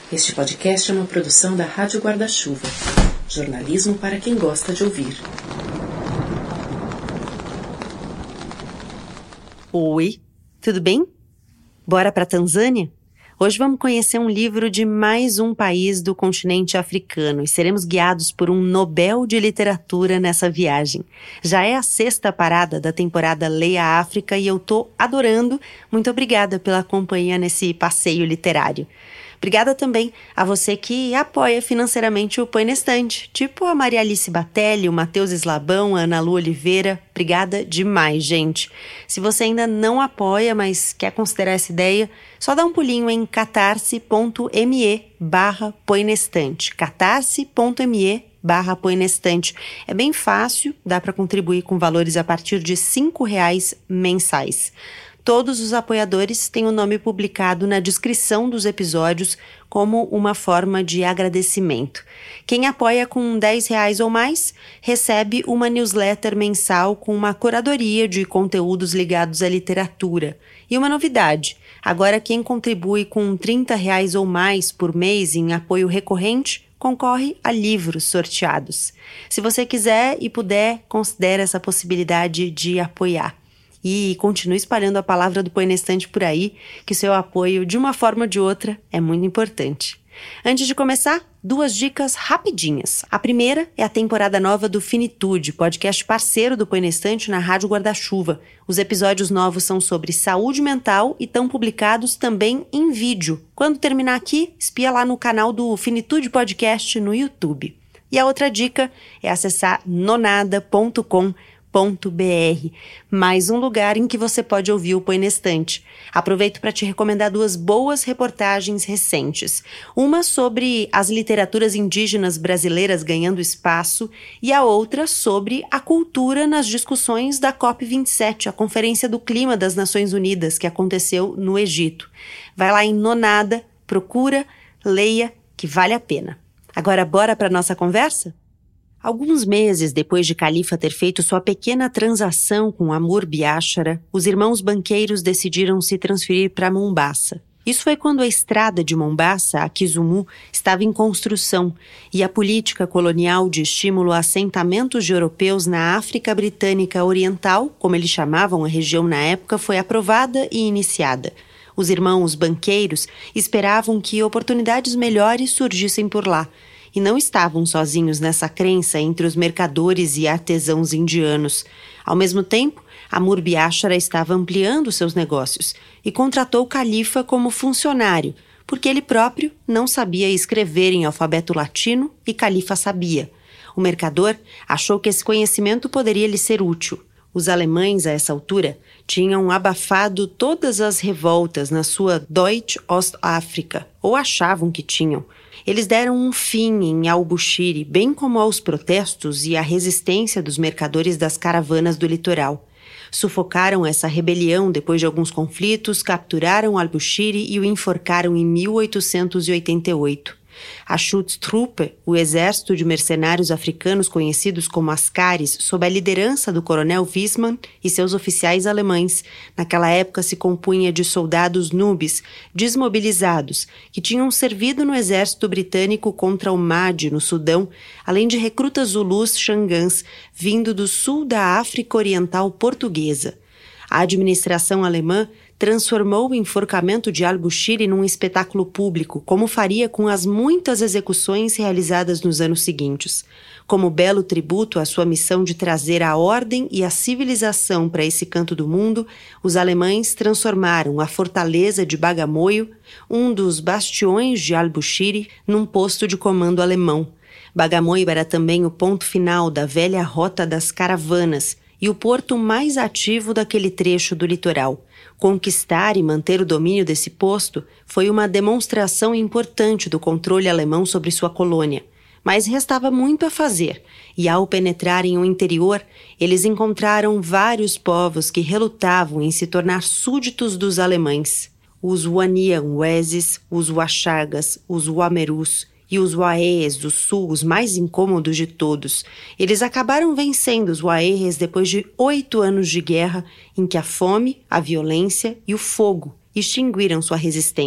Este podcast é uma produção da Rádio Guarda-Chuva. Jornalismo para quem gosta de ouvir. Oi, tudo bem? Bora para Tanzânia? Hoje vamos conhecer um livro de mais um país do continente africano e seremos guiados por um Nobel de Literatura nessa viagem. Já é a 6ª parada da temporada Leia África e eu tô adorando. Muito obrigada pela companhia nesse passeio literário. Obrigada também a você que apoia financeiramente o Põe na Estante, tipo a Maria Alice Batelli, o Matheus Eslabão, a Ana Lu Oliveira. Obrigada demais, gente. Se você ainda não apoia, mas quer considerar essa ideia, só dá um pulinho em catarse.me/Põe na Estante. catarse.me/Põe na Estante. É bem fácil, dá para contribuir com valores a partir de R$5 mensais. Todos os apoiadores têm o nome publicado na descrição dos episódios como uma forma de agradecimento. Quem apoia com R$10 ou mais recebe uma newsletter mensal com uma curadoria de conteúdos ligados à literatura. E uma novidade, agora quem contribui com R$30 ou mais por mês em apoio recorrente concorre a livros sorteados. Se você quiser e puder, considere essa possibilidade de apoiar. E continue espalhando a palavra do Põe na Estante por aí, que seu apoio, de uma forma ou de outra, é muito importante. Antes de começar, 2 dicas rapidinhas. A primeira é a temporada nova do Finitude, podcast parceiro do Põe na Estante na Rádio Guarda-Chuva. Os episódios novos são sobre saúde mental e estão publicados também em vídeo. Quando terminar aqui, espia lá no canal do Finitude Podcast no YouTube. E a outra dica é acessar nonada.com.br, mais um lugar em que você pode ouvir o Põe na Estante. Aproveito para te recomendar 2 boas reportagens recentes. Uma sobre as literaturas indígenas brasileiras ganhando espaço e a outra sobre a cultura nas discussões da COP27, a Conferência do Clima das Nações Unidas, que aconteceu no Egito. Vai lá em Nonada, procura, leia, que vale a pena. Agora bora para nossa conversa? Alguns meses depois de Khalifa ter feito sua pequena transação com Amur Biashara, os irmãos banqueiros decidiram se transferir para Mombasa. Isso foi quando a estrada de Mombasa a Kisumu estava em construção e a política colonial de estímulo a assentamentos de europeus na África Britânica Oriental, como eles chamavam a região na época, foi aprovada e iniciada. Os irmãos banqueiros esperavam que oportunidades melhores surgissem por lá. E não estavam sozinhos nessa crença entre os mercadores e artesãos indianos. Ao mesmo tempo, Amur Biashara estava ampliando seus negócios e contratou Khalifa como funcionário, porque ele próprio não sabia escrever em alfabeto latino e Khalifa sabia. O mercador achou que esse conhecimento poderia lhe ser útil. Os alemães, a essa altura, tinham abafado todas as revoltas na sua Deutsche Ostafrika, ou achavam que tinham. Eles deram um fim em Al-Bushiri, bem como aos protestos e à resistência dos mercadores das caravanas do litoral. Sufocaram essa rebelião depois de alguns conflitos, capturaram Al-Bushiri e o enforcaram em 1888. A Schutztruppe, o exército de mercenários africanos conhecidos como Askaris, sob a liderança do coronel Wiesmann e seus oficiais alemães, naquela época se compunha de soldados nubes, desmobilizados, que tinham servido no exército britânico contra o Mahdi, no Sudão, além de recrutas zulus xangãs, vindo do sul da África Oriental Portuguesa. A administração alemã transformou o enforcamento de Al-Bushiri num espetáculo público, como faria com as muitas execuções realizadas nos anos seguintes. Como belo tributo à sua missão de trazer a ordem e a civilização para esse canto do mundo, os alemães transformaram a fortaleza de Bagamoyo, um dos bastiões de Al-Bushiri, num posto de comando alemão. Bagamoyo era também o ponto final da velha rota das caravanas e o porto mais ativo daquele trecho do litoral. Conquistar e manter o domínio desse posto foi uma demonstração importante do controle alemão sobre sua colônia. Mas restava muito a fazer, e ao penetrarem o interior, eles encontraram vários povos que relutavam em se tornar súditos dos alemães. Os Wanyamweses, os Washagas, os Wamerus e os Waehes do sul, os mais incômodos de todos. Eles acabaram vencendo os Waehes depois de 8 anos de guerra em que a fome, a violência e o fogo extinguiram sua resistência.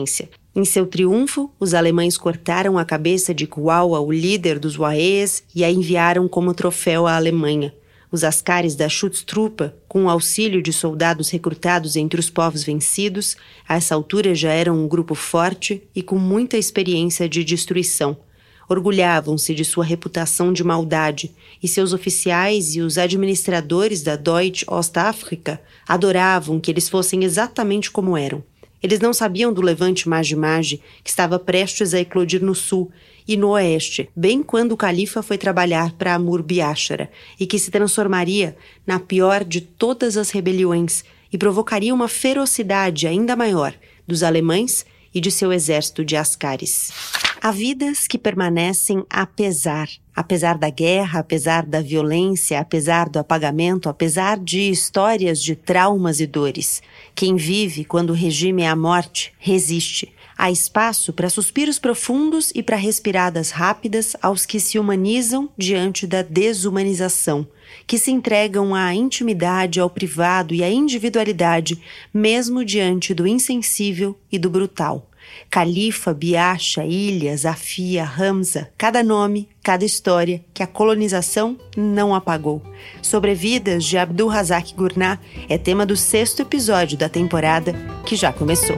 Em seu triunfo, os alemães cortaram a cabeça de Kuawa, o líder dos Waes, e a enviaram como troféu à Alemanha. Os askaris da Schutztruppe, com o auxílio de soldados recrutados entre os povos vencidos, a essa altura já eram um grupo forte e com muita experiência de destruição. Orgulhavam-se de sua reputação de maldade, e seus oficiais e os administradores da Deutsche Ostafrika adoravam que eles fossem exatamente como eram. Eles não sabiam do levante Maji-Maji, que estava prestes a eclodir no sul e no oeste, bem quando o califa foi trabalhar para Amur Biashara, e que se transformaria na pior de todas as rebeliões e provocaria uma ferocidade ainda maior dos alemães e de seu exército de askaris. Há vidas que permanecem apesar da guerra, apesar da violência, apesar do apagamento, apesar de histórias de traumas e dores. Quem vive quando o regime é a morte, resiste. Há espaço para suspiros profundos e para respiradas rápidas aos que se humanizam diante da desumanização, que se entregam à intimidade, ao privado e à individualidade, mesmo diante do insensível e do brutal. Califa, Biacha, Ilhas, Afia, Hamza, cada nome, cada história que a colonização não apagou. Sobrevidas de Abdul Razak Gurnah é tema do 6º episódio da temporada que já começou.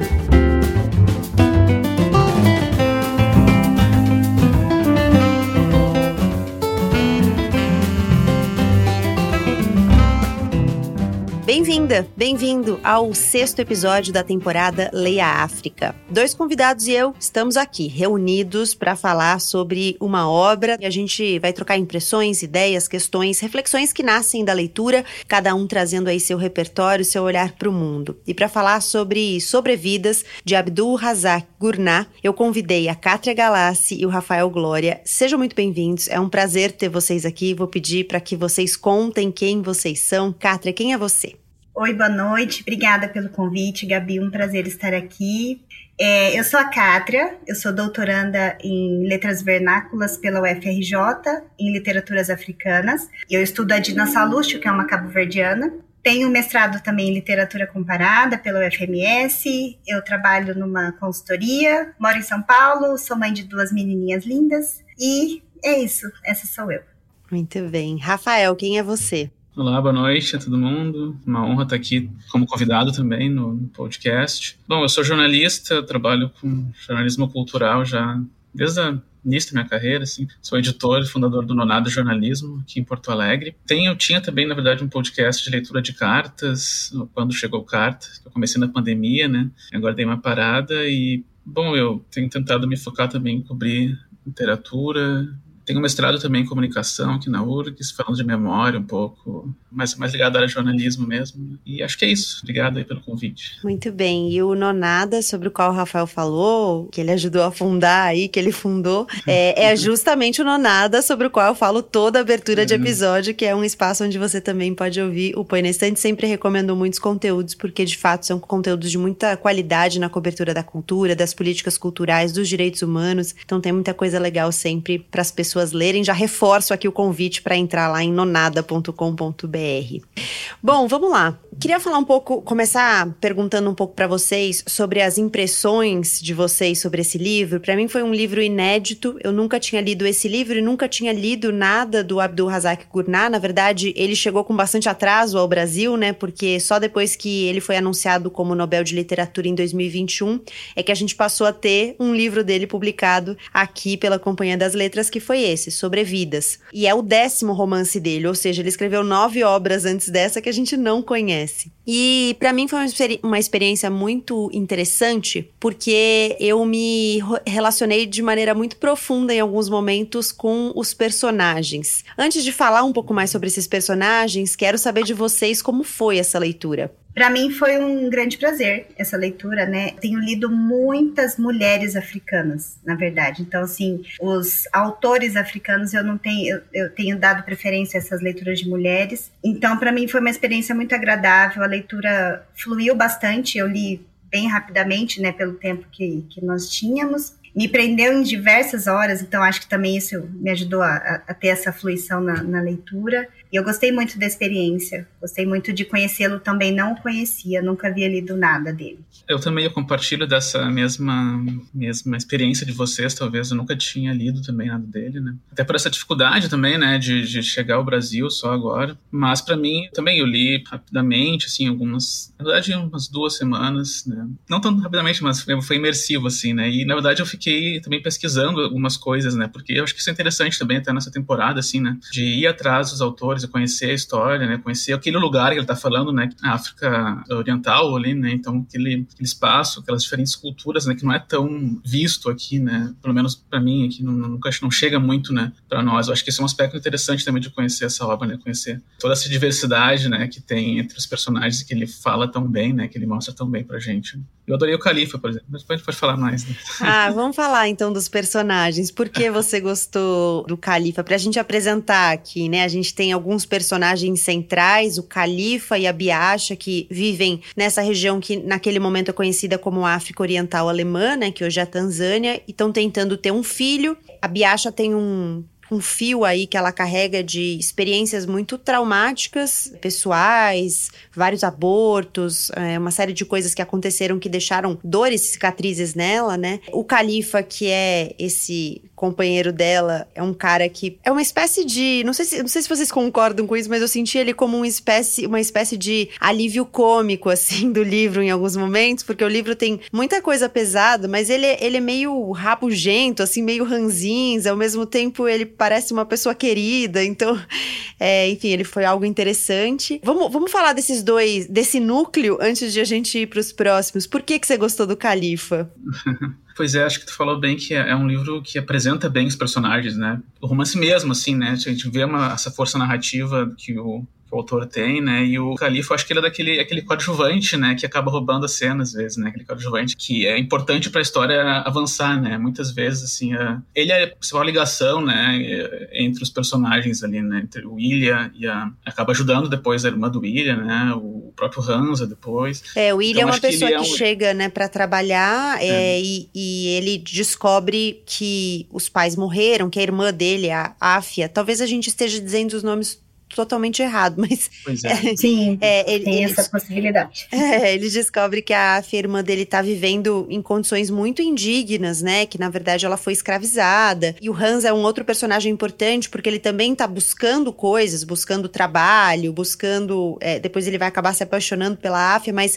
Bem-vinda, bem-vindo ao 6º episódio da temporada Leia África. 2 convidados e eu estamos aqui, reunidos para falar sobre uma obra e a gente vai trocar impressões, ideias, questões, reflexões que nascem da leitura, cada um trazendo aí seu repertório, seu olhar para o mundo. E para falar sobre Sobrevidas, de Abdul Razak Gurnah, eu convidei a Kátria Galassi e o Rafael Glória. Sejam muito bem-vindos, é um prazer ter vocês aqui. Vou pedir para que vocês contem quem vocês são. Kátria, quem é você? Oi, boa noite. Obrigada pelo convite, Gabi. Um prazer estar aqui. Eu sou a Kátria, eu sou doutoranda em Letras Vernáculas pela UFRJ, em Literaturas Africanas. Eu estudo a Dina Salustio, que é uma cabo-verdiana. Tenho mestrado também em Literatura Comparada pela UFMS. Eu trabalho numa consultoria, moro em São Paulo, sou mãe de 2 menininhas lindas. E é isso, essa sou eu. Muito bem. Rafael, quem é você? Olá, boa noite a todo mundo. Uma honra estar aqui como convidado também no podcast. Bom, eu sou jornalista, trabalho com jornalismo cultural já desde o início da minha carreira, assim. Sou editor e fundador do Nonada Jornalismo, aqui em Porto Alegre. Tinha também, na verdade, um podcast de leitura de cartas, quando chegou carta. Eu comecei na pandemia, né? Agora dei uma parada e, bom, eu tenho tentado me focar também em cobrir literatura. Tenho mestrado também em comunicação aqui na URGS, falando de memória um pouco, mais ligado à área de jornalismo mesmo. E acho que é isso. Obrigado aí pelo convite. Muito bem. E o Nonada, sobre o qual o Rafael falou, que ele ajudou a fundar aí, que ele fundou, é justamente o Nonada sobre o qual eu falo toda a abertura de episódio, que é um espaço onde você também pode ouvir o Põe na Estante. Sempre recomendo muitos conteúdos, porque de fato são conteúdos de muita qualidade na cobertura da cultura, das políticas culturais, dos direitos humanos. Então tem muita coisa legal sempre para as pessoas lerem. Já reforço aqui o convite para entrar lá em nonada.com.br. Bom, vamos lá. Queria falar um pouco, começar perguntando um pouco para vocês sobre as impressões de vocês sobre esse livro. Para mim foi um livro inédito. Eu nunca tinha lido esse livro e nunca tinha lido nada do Abdul Razak Gurnah. Na verdade, ele chegou com bastante atraso ao Brasil, né? Porque só depois que ele foi anunciado como Nobel de Literatura em 2021 é que a gente passou a ter um livro dele publicado aqui pela Companhia das Letras, que foi esse, Sobrevidas. E é o 10º romance dele, ou seja, ele escreveu 9 obras antes dessa que a gente não conhece. E para mim foi uma experiência muito interessante, porque eu me relacionei de maneira muito profunda em alguns momentos com os personagens. Antes de falar um pouco mais sobre esses personagens, quero saber de vocês como foi essa leitura. Para mim foi um grande prazer essa leitura, né? Tenho lido muitas mulheres africanas, na verdade. Então, assim, os autores africanos eu tenho dado preferência a essas leituras de mulheres. Então, para mim foi uma experiência muito agradável. A leitura fluiu bastante. Eu li bem rapidamente, né, pelo tempo que nós tínhamos. me prendeu em diversas horas, então acho que também isso me ajudou a ter essa fluição na leitura. E eu gostei muito da experiência, gostei muito de conhecê-lo também, não o conhecia, nunca havia lido nada dele. Eu também compartilho dessa mesma experiência de vocês, talvez eu nunca tinha lido também nada dele, né? Até por essa dificuldade também, né, de chegar ao Brasil só agora. Mas para mim, também eu li rapidamente, assim, na verdade, umas 2 semanas, né? Não tão rapidamente, mas foi imersivo, assim, né? E na verdade eu fiquei também pesquisando algumas coisas, né? Porque eu acho que isso é interessante também, até nessa temporada, assim, né? De ir atrás dos autores, de conhecer a história, né? Conhecer aquele lugar que ele tá falando, né? A África Oriental ali, né? Então, aquele espaço, aquelas diferentes culturas, né? Que não é tão visto aqui, né? Pelo menos para mim, aqui nunca não chega muito, né? Para nós. Eu acho que esse é um aspecto interessante também de conhecer essa obra, né? Conhecer toda essa diversidade, né? Que tem entre os personagens que ele fala tão bem, né? Que ele mostra tão bem pra gente. Eu adorei o Califa, por exemplo. Mas a gente pode falar mais, né? Vamos falar então dos personagens. Por que você gostou do Califa? Pra gente apresentar aqui, né? A gente tem alguns personagens centrais, o Califa e a Biasha, que vivem nessa região que naquele momento é conhecida como África Oriental Alemã, né? Que hoje é a Tanzânia, e estão tentando ter um filho. A Biasha tem um fio aí que ela carrega de experiências muito traumáticas, pessoais, vários abortos, uma série de coisas que aconteceram que deixaram dores, cicatrizes nela, né? O Califa, que é esse companheiro dela, é um cara que é uma espécie de... Não sei se vocês concordam com isso, mas eu senti ele como uma espécie de alívio cômico, assim, do livro em alguns momentos, porque o livro tem muita coisa pesada, mas ele é meio rabugento, assim, meio ranzinza, ao mesmo tempo ele parece uma pessoa querida, então, enfim, ele foi algo interessante. Vamos falar desse núcleo antes de a gente ir para os próximos. Por que você gostou do Califa? Pois é, acho que tu falou bem que é um livro que apresenta bem os personagens, né? O romance mesmo, assim, né? A gente vê essa força narrativa que o autor tem, né? E o Califa, eu acho que ele é aquele coadjuvante, né? Que acaba roubando a cena, às vezes, né? Aquele coadjuvante que é importante para a história avançar, né? Muitas vezes, assim, ele é a principal ligação, né? Entre os personagens ali, né? Entre o Ilha e acaba ajudando depois a irmã do Ilha, né? O próprio Hansa depois. O Ilha então, é uma pessoa que chega, né? Para trabalhar e ele descobre que os pais morreram, que a irmã dele, a Áfia, talvez a gente esteja dizendo os nomes totalmente errado, mas... Pois é. Sim, tem essa possibilidade. Ele descobre que a irmã dele tá vivendo em condições muito indignas, né, que na verdade ela foi escravizada, e o Hans é um outro personagem importante, porque ele também tá buscando coisas, buscando trabalho, depois ele vai acabar se apaixonando pela Áfia, mas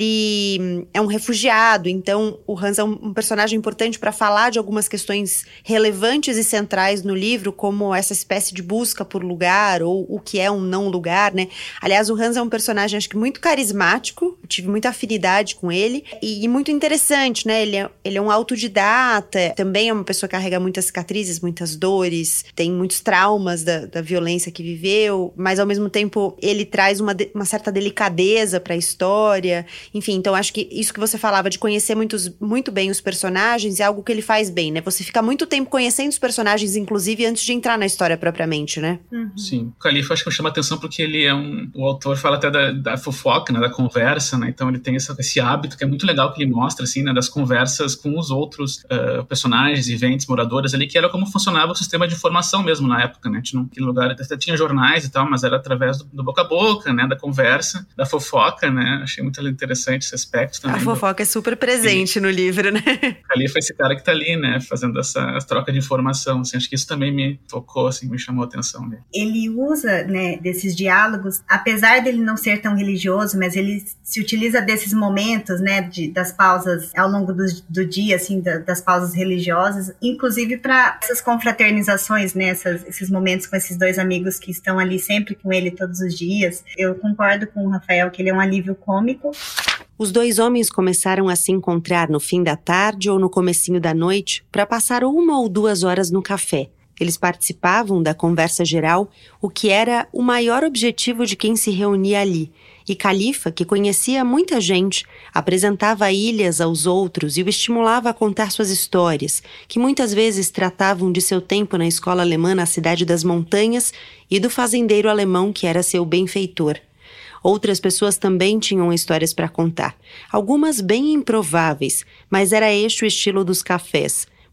ele é um refugiado, então o Hans é um personagem importante para falar de algumas questões relevantes e centrais no livro, como essa espécie de busca por lugar, ou o que é um não lugar, né? Aliás, o Hans é um personagem, acho que muito carismático, eu tive muita afinidade com ele, e muito interessante, né? Ele é um autodidata, também é uma pessoa que carrega muitas cicatrizes, muitas dores, tem muitos traumas da violência que viveu, mas ao mesmo tempo ele traz uma certa delicadeza para a história, enfim, então acho que isso que você falava de conhecer muito bem os personagens é algo que ele faz bem, né? Você fica muito tempo conhecendo os personagens, inclusive, antes de entrar na história propriamente, né? Sim. O Califa acho que me chama a atenção porque ele é o autor fala até da fofoca, né, da conversa, né, então ele tem esse hábito que é muito legal que ele mostra, assim, né, das conversas com os outros personagens, viventes, moradores ali, que era como funcionava o sistema de informação mesmo na época, né, naquele lugar até tinha jornais e tal, mas era através do boca a boca, né, da conversa, da fofoca, né, achei muito interessante esse aspecto também. A fofoca é super presente no livro, né. O Califa é esse cara que tá ali, né, fazendo essa troca de informação, assim, acho que isso também me tocou, assim, me chamou a atenção dele. Ele usa, né, desses diálogos, apesar dele não ser tão religioso, mas ele se utiliza desses momentos, né, das pausas ao longo do dia, assim, das pausas religiosas, inclusive para essas confraternizações, né, esses momentos com esses dois amigos que estão ali sempre com ele todos os dias. Eu concordo com o Rafael que ele é um alívio cômico. Os dois homens começaram a se encontrar no fim da tarde ou no comecinho da noite para passar 1 ou 2 horas no café. Eles participavam da conversa geral, o que era o maior objetivo de quem se reunia ali. E Califa, que conhecia muita gente, apresentava ilhas aos outros e o estimulava a contar suas histórias, que muitas vezes tratavam de seu tempo na escola alemã na cidade das montanhas e do fazendeiro alemão que era seu benfeitor. Outras pessoas também tinham histórias para contar, algumas bem improváveis, mas era este o estilo dos cafés.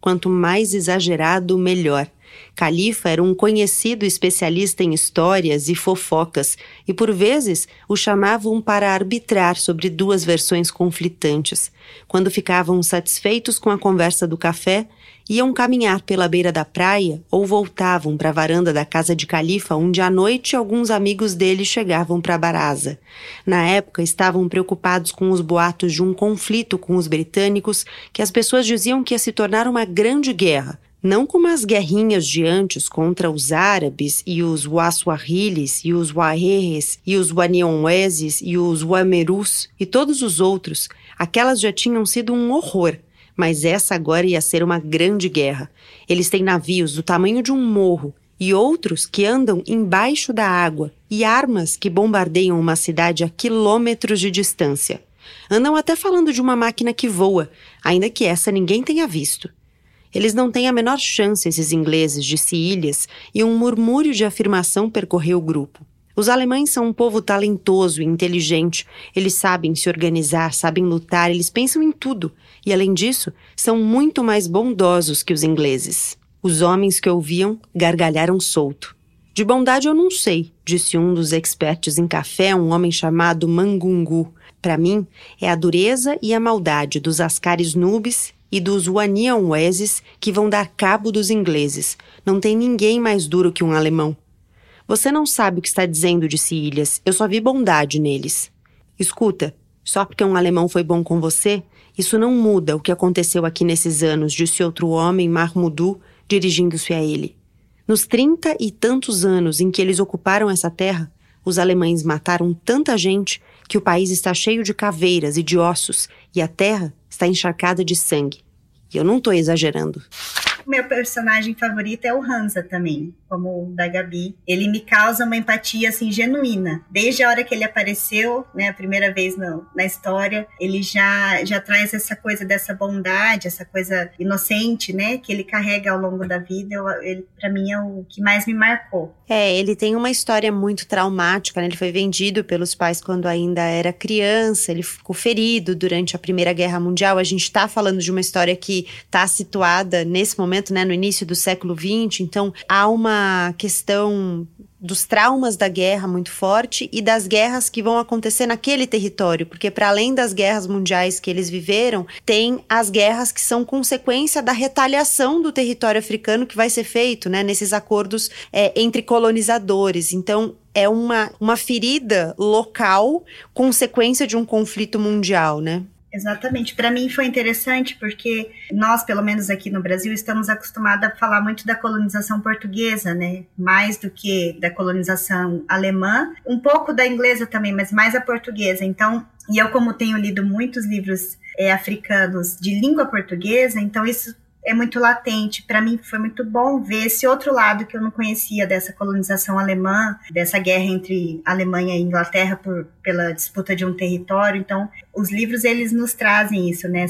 Quanto mais exagerado, melhor. Califa era um conhecido especialista em histórias e fofocas e, por vezes, o chamavam para arbitrar sobre duas versões conflitantes. Quando ficavam satisfeitos com a conversa do café, iam caminhar pela beira da praia ou voltavam para a varanda da casa de Califa, onde à noite alguns amigos dele chegavam para a Baraza. Na época, estavam preocupados com os boatos de um conflito com os britânicos que as pessoas diziam que ia se tornar uma grande guerra. Não como as guerrinhas de antes contra os árabes e os Waswahilis e os Wahehes e os Wanyonweses e os Wamerus e todos os outros. Aquelas já tinham sido um horror, mas essa agora ia ser uma grande guerra. Eles têm navios do tamanho de um morro e outros que andam embaixo da água e armas que bombardeiam uma cidade a quilômetros de distância. Andam até falando de uma máquina que voa, ainda que essa ninguém tenha visto. Eles não têm a menor chance, esses ingleses, disse Ilhas, e um murmúrio de afirmação percorreu o grupo. Os alemães são um povo talentoso e inteligente. Eles sabem se organizar, sabem lutar, eles pensam em tudo. E, além disso, são muito mais bondosos que os ingleses. Os homens que ouviam gargalharam solto. De bondade eu não sei, disse um dos expertos em café, um homem chamado Mangungu. Para mim, é a dureza e a maldade dos Ascaris Nubes e dos Wanyonweses que vão dar cabo dos ingleses. Não tem ninguém mais duro que um alemão. Você não sabe o que está dizendo, disse Ilhas. Eu só vi bondade neles. Escuta, só porque um alemão foi bom com você, isso não muda o que aconteceu aqui nesses anos, disse outro homem, Mahmudu, dirigindo-se a ele. Nos 30 e tantos anos em que eles ocuparam essa terra, os alemães mataram tanta gente que o país está cheio de caveiras e de ossos e a terra está encharcada de sangue. E eu não estou exagerando. Meu personagem favorito é o Hansa também, como o da Gabi. Ele me causa uma empatia, assim, genuína. Desde a hora que ele apareceu, né, a primeira vez na história, ele já traz essa coisa dessa bondade, essa coisa inocente, né, que ele carrega ao longo da vida. Ele, pra mim, é o que mais me marcou. Ele tem uma história muito traumática, né? Ele foi vendido pelos pais quando ainda era criança, ele ficou ferido durante a Primeira Guerra Mundial. A gente está falando de uma história que está situada nesse momento, né, no início do século XX, então há uma questão dos traumas da guerra muito forte e das guerras que vão acontecer naquele território, porque para além das guerras mundiais que eles viveram, tem as guerras que são consequência da retaliação do território africano que vai ser feito, né, nesses acordos entre colonizadores. Então é uma ferida local, consequência de um conflito mundial, né? Exatamente. Para mim foi interessante porque nós, pelo menos aqui no Brasil, estamos acostumados a falar muito da colonização portuguesa, né? Mais do que da colonização alemã. Um pouco da inglesa também, mas mais a portuguesa. Então, e eu como tenho lido muitos livros africanos de língua portuguesa, então isso é muito latente. Para mim foi muito bom ver esse outro lado que eu não conhecia dessa colonização alemã, dessa guerra entre Alemanha e Inglaterra pela disputa de um território. Então, os livros, eles nos trazem isso, né?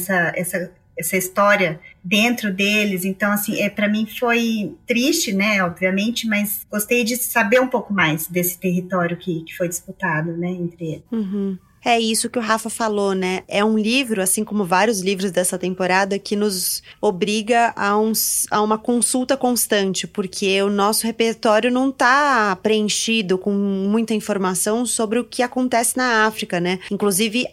Essa história dentro deles. Então, assim, para mim foi triste, né? Obviamente, mas gostei de saber um pouco mais desse território que foi disputado, né? Entre eles. Uhum. É isso que o Rafa falou, né? É um livro, assim como vários livros dessa temporada, que nos obriga a uma consulta constante, porque o nosso repertório não está preenchido com muita informação sobre o que acontece na África, né? Inclusive,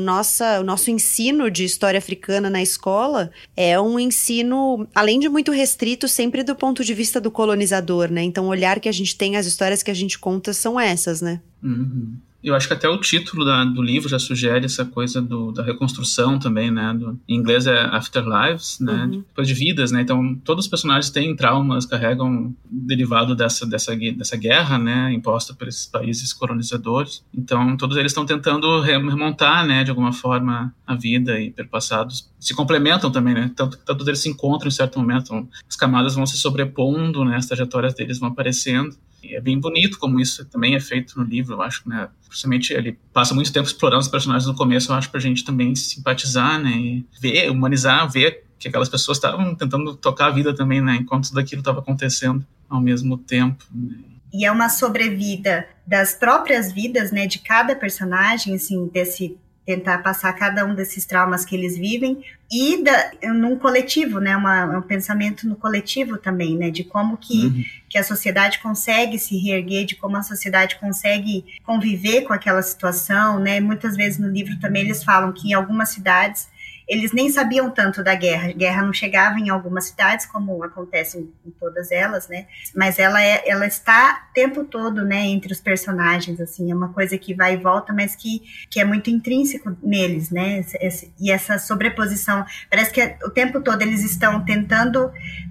o nosso ensino de história africana na escola é um ensino, além de muito restrito, sempre do ponto de vista do colonizador, né? Então, o olhar que a gente tem, as histórias que a gente conta são essas, né? Uhum. Eu acho que até o título do livro já sugere essa coisa da reconstrução também, né? Em inglês é Afterlives, né? Uhum. Depois de vidas, né? Então, todos os personagens têm traumas, carregam derivado dessa guerra, né? Imposta por esses países colonizadores. Então, todos eles estão tentando remontar, né? De alguma forma, a vida e perpassados. Se complementam também, né? Todos eles se encontram em certo momento. Então, as camadas vão se sobrepondo, né? As trajetórias deles vão aparecendo. E é bem bonito como isso também é feito no livro, eu acho, né? Principalmente ele passa muito tempo explorando os personagens no começo, eu acho, pra gente também simpatizar, né? E ver, humanizar, ver que aquelas pessoas estavam tentando tocar a vida também, né? Enquanto tudo aquilo estava acontecendo ao mesmo tempo, né? E é uma sobrevida das próprias vidas, né? De cada personagem, assim, tentar passar cada um desses traumas que eles vivem e num coletivo, né, um pensamento no coletivo também, né, de como que a sociedade consegue se reerguer, de como a sociedade consegue conviver com aquela situação, né. Muitas vezes no livro também eles falam que em algumas cidades eles nem sabiam tanto da guerra. A guerra não chegava em algumas cidades, como acontece em todas elas, né? Mas ela está o tempo todo, né, entre os personagens, assim, é uma coisa que vai e volta, mas que é muito intrínseco neles, né? E essa sobreposição, parece que o tempo todo eles estão tentando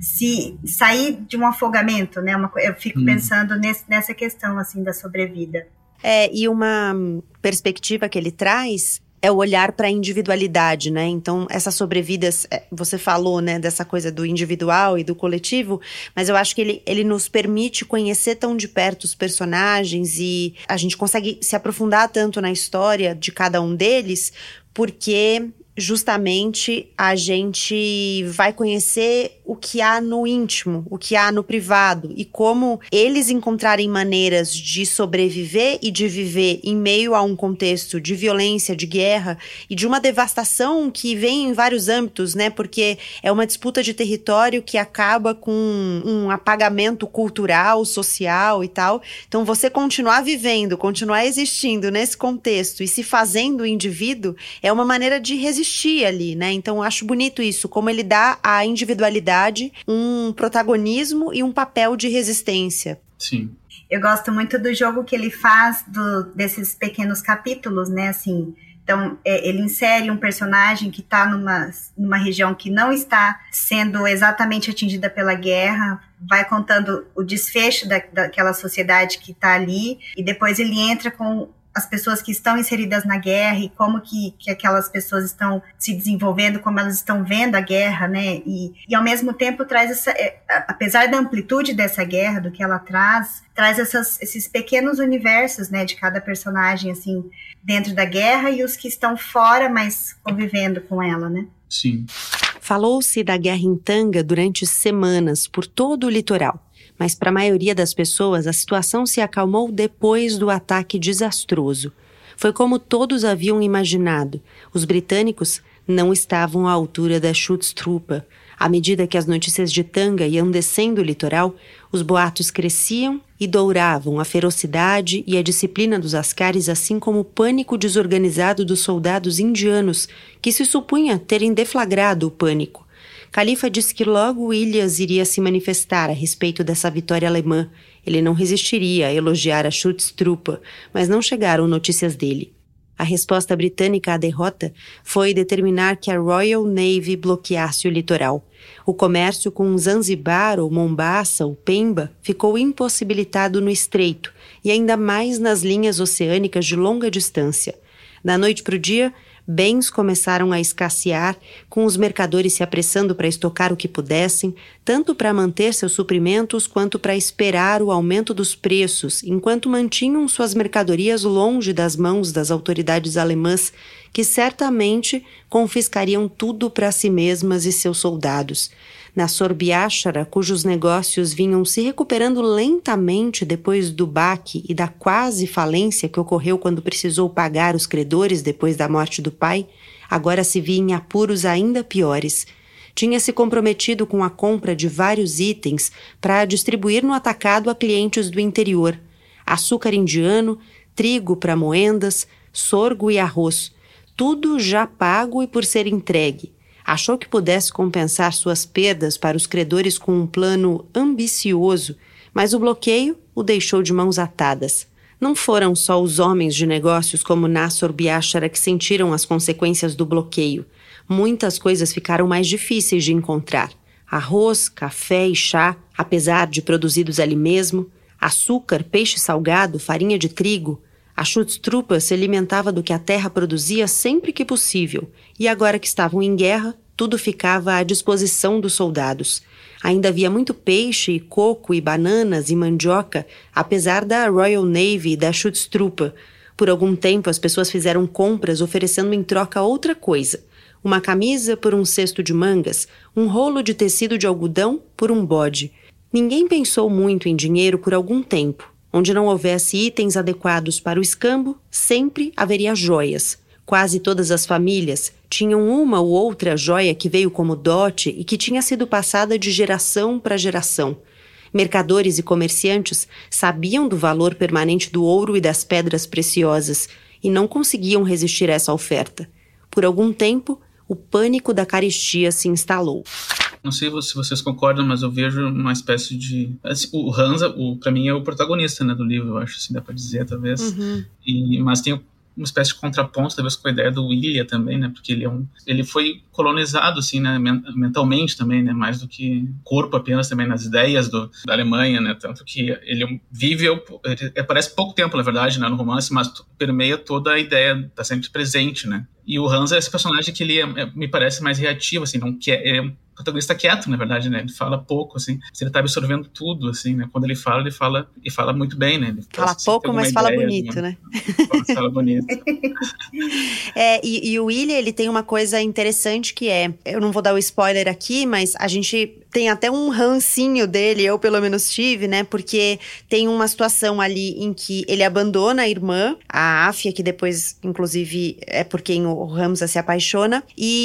sair de um afogamento, né? Eu fico pensando nessa questão, assim, da sobrevida. E uma perspectiva que ele traz é o olhar para a individualidade, né? Então, essas sobrevidas, você falou, né, dessa coisa do individual e do coletivo, mas eu acho que ele nos permite conhecer tão de perto os personagens e a gente consegue se aprofundar tanto na história de cada um deles, porque justamente a gente vai conhecer o que há no íntimo, o que há no privado e como eles encontrarem maneiras de sobreviver e de viver em meio a um contexto de violência, de guerra e de uma devastação que vem em vários âmbitos, né? Porque é uma disputa de território que acaba com um apagamento cultural, social e tal. Então, você continuar vivendo, continuar existindo nesse contexto e se fazendo indivíduo é uma maneira de resistir ali, né? Então eu acho bonito isso, como ele dá à individualidade um protagonismo e um papel de resistência. Sim. Eu gosto muito do jogo que ele faz desses pequenos capítulos, né? Assim, então, ele insere um personagem que está numa região que não está sendo exatamente atingida pela guerra, vai contando o desfecho daquela sociedade que está ali, e depois ele entra com as pessoas que estão inseridas na guerra e como que aquelas pessoas estão se desenvolvendo, como elas estão vendo a guerra, né? E ao mesmo tempo traz apesar da amplitude dessa guerra, do que ela traz esses pequenos universos, né, de cada personagem, assim, dentro da guerra e os que estão fora, mas convivendo com ela, né? Sim. Falou-se da guerra em Tanga durante semanas por todo o litoral. Mas para a maioria das pessoas, a situação se acalmou depois do ataque desastroso. Foi como todos haviam imaginado. Os britânicos não estavam à altura da Schutztruppe. À medida que as notícias de Tanga iam descendo o litoral, os boatos cresciam e douravam a ferocidade e a disciplina dos ascaris, assim como o pânico desorganizado dos soldados indianos, que se supunha terem deflagrado o pânico. Khalifa disse que logo Ilyas iria se manifestar a respeito dessa vitória alemã. Ele não resistiria a elogiar a Schutztruppe, mas não chegaram notícias dele. A resposta britânica à derrota foi determinar que a Royal Navy bloqueasse o litoral. O comércio com Zanzibar ou Mombasa ou Pemba ficou impossibilitado no estreito e ainda mais nas linhas oceânicas de longa distância. Da noite para o dia, bens começaram a escassear, com os mercadores se apressando para estocar o que pudessem, tanto para manter seus suprimentos quanto para esperar o aumento dos preços, enquanto mantinham suas mercadorias longe das mãos das autoridades alemãs, que certamente confiscariam tudo para si mesmas e seus soldados. Na Sorbiáchara, cujos negócios vinham se recuperando lentamente depois do baque e da quase falência que ocorreu quando precisou pagar os credores depois da morte do pai, agora se via em apuros ainda piores. Tinha se comprometido com a compra de vários itens para distribuir no atacado a clientes do interior. Açúcar indiano, trigo para moendas, sorgo e arroz. Tudo já pago e por ser entregue. Achou que pudesse compensar suas perdas para os credores com um plano ambicioso, mas o bloqueio o deixou de mãos atadas. Não foram só os homens de negócios como Nassor Biashara que sentiram as consequências do bloqueio. Muitas coisas ficaram mais difíceis de encontrar. Arroz, café e chá, apesar de produzidos ali mesmo, açúcar, peixe salgado, farinha de trigo. A Schutztruppe se alimentava do que a terra produzia sempre que possível, e agora que estavam em guerra, tudo ficava à disposição dos soldados. Ainda havia muito peixe e coco e bananas e mandioca, apesar da Royal Navy e da Schutztruppe. Por algum tempo as pessoas fizeram compras oferecendo em troca outra coisa. Uma camisa por um cesto de mangas, um rolo de tecido de algodão por um bode. Ninguém pensou muito em dinheiro por algum tempo. Onde não houvesse itens adequados para o escambo, sempre haveria joias. Quase todas as famílias tinham uma ou outra joia que veio como dote e que tinha sido passada de geração para geração. Mercadores e comerciantes sabiam do valor permanente do ouro e das pedras preciosas e não conseguiam resistir a essa oferta. Por algum tempo, o pânico da carestia se instalou. Não sei se vocês concordam, mas eu vejo uma espécie de... Assim, o Hansa, para mim, é o protagonista, né, do livro, eu acho, assim, dá para dizer, talvez. Mas tem uma espécie de contraponto, talvez, com a ideia do William também, né, porque ele foi colonizado, assim, né, mentalmente também, né, mais do que corpo apenas também, nas ideias da Alemanha, né, tanto que ele aparece pouco tempo, na verdade, né, no romance, mas permeia toda a ideia, tá sempre presente, né. E o Hansa é esse personagem que ele me parece mais reativo, assim, não quer... O protagonista quieto, na verdade, né? Ele fala pouco, assim. Ele tá absorvendo tudo, assim, né? Quando ele fala muito bem, né? Ele fala pouco, mas fala bonito, né? Fala bonito. E o William, ele tem uma coisa interessante que eu não vou dar o spoiler aqui, mas a gente tem até um rancinho dele, eu pelo menos tive, né? Porque tem uma situação ali em que ele abandona a irmã, a Áfia, que depois, inclusive, é por quem o Hamza se apaixona,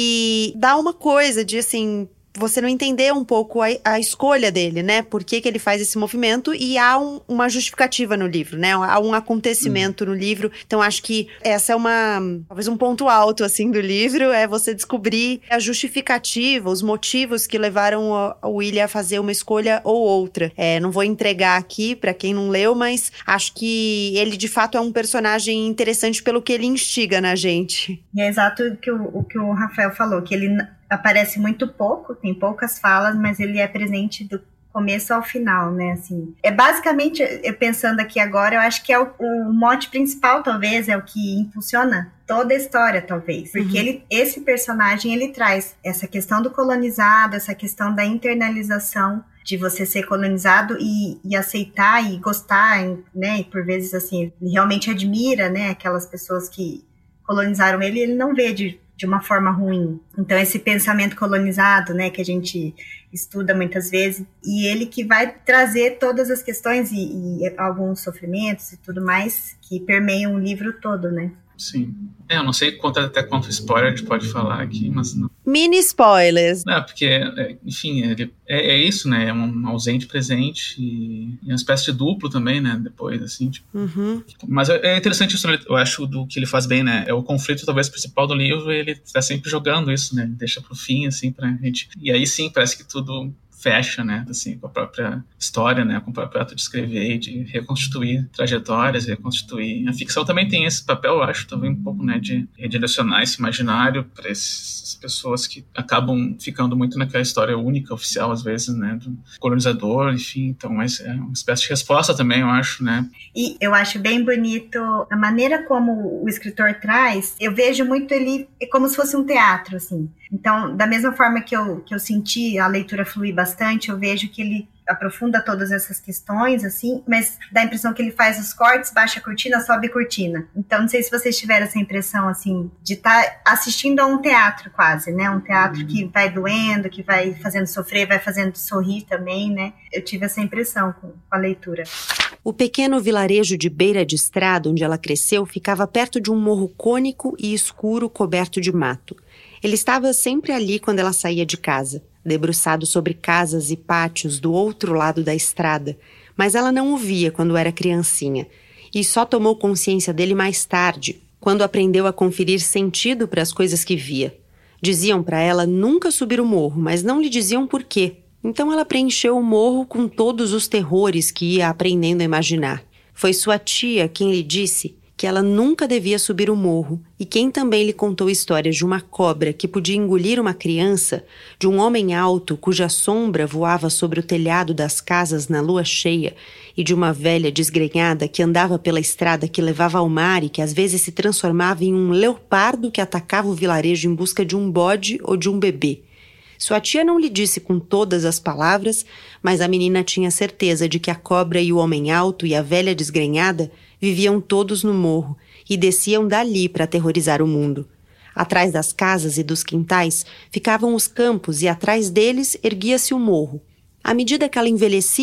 e dá uma coisa de, assim... Você não entender um pouco a escolha dele, né? Por que ele faz esse movimento, e há uma justificativa no livro, né? Há um acontecimento no livro. Então, acho que essa é talvez um ponto alto, assim, do livro, é você descobrir a justificativa, os motivos que levaram o William a fazer uma escolha ou outra. Não vou entregar aqui pra quem não leu, mas acho que ele, de fato, é um personagem interessante pelo que ele instiga na gente. É exato o que o Rafael falou, que ele aparece muito pouco, tem poucas falas, mas ele é presente do começo ao final, né, assim. Basicamente, pensando aqui agora, eu acho que é o mote principal, talvez, é o que impulsiona toda a história, talvez. Porque esse personagem, ele traz essa questão do colonizado, essa questão da internalização, de você ser colonizado e aceitar e gostar, né, e por vezes, assim, ele realmente admira, né, aquelas pessoas que colonizaram ele não vê de uma forma ruim. Então, esse pensamento colonizado, né, que a gente estuda muitas vezes, e ele que vai trazer todas as questões e alguns sofrimentos e tudo mais que permeiam o livro todo, né? Sim. Eu não sei até quanto spoiler a gente pode falar aqui, mas... Não. Mini spoilers. Não, porque, enfim, é isso, né? É um ausente presente e uma espécie de duplo também, né? Depois, assim, tipo... Mas é interessante isso, eu acho, do que ele faz bem, né? É o conflito, talvez, principal do livro, ele tá sempre jogando isso, né? Ele deixa pro fim, assim, pra gente... E aí, sim, parece que tudo... fecha, né, assim, com a própria história, né, com o próprio ato de escrever e de reconstituir trajetórias, reconstituir... A ficção também tem esse papel, eu acho, também um pouco, né, de redirecionar esse imaginário para essas pessoas que acabam ficando muito naquela história única, oficial, às vezes, né, do colonizador, enfim, então, mas é uma espécie de resposta também, eu acho, né. E eu acho bem bonito a maneira como o escritor traz, eu vejo muito ele como se fosse um teatro, assim. Então, da mesma forma que eu senti a leitura fluir bastante, eu vejo que ele aprofunda todas essas questões, assim, mas dá a impressão que ele faz os cortes, baixa a cortina, sobe a cortina. Então, não sei se vocês tiveram essa impressão, assim, de estar assistindo a um teatro quase, né? Um teatro que vai doendo, que vai fazendo sofrer, vai fazendo sorrir também, né? Eu tive essa impressão com a leitura. O pequeno vilarejo de beira de estrada onde ela cresceu ficava perto de um morro cônico e escuro coberto de mato. Ele estava sempre ali quando ela saía de casa, debruçado sobre casas e pátios do outro lado da estrada, mas ela não o via quando era criancinha, e só tomou consciência dele mais tarde, quando aprendeu a conferir sentido para as coisas que via. Diziam para ela nunca subir o morro, mas não lhe diziam por quê. Então ela preencheu o morro com todos os terrores que ia aprendendo a imaginar. Foi sua tia quem lhe disse que ela nunca devia subir o morro, e quem também lhe contou histórias de uma cobra que podia engolir uma criança, de um homem alto cuja sombra voava sobre o telhado das casas na lua cheia, e de uma velha desgrenhada que andava pela estrada que levava ao mar e que às vezes se transformava em um leopardo que atacava o vilarejo em busca de um bode ou de um bebê. Sua tia não lhe disse com todas as palavras, mas a menina tinha certeza de que a cobra e o homem alto e a velha desgrenhada viviam todos no morro e desciam dali para aterrorizar o mundo. Atrás das casas e dos quintais ficavam os campos e atrás deles erguia-se o morro. À medida que ela envelhecia,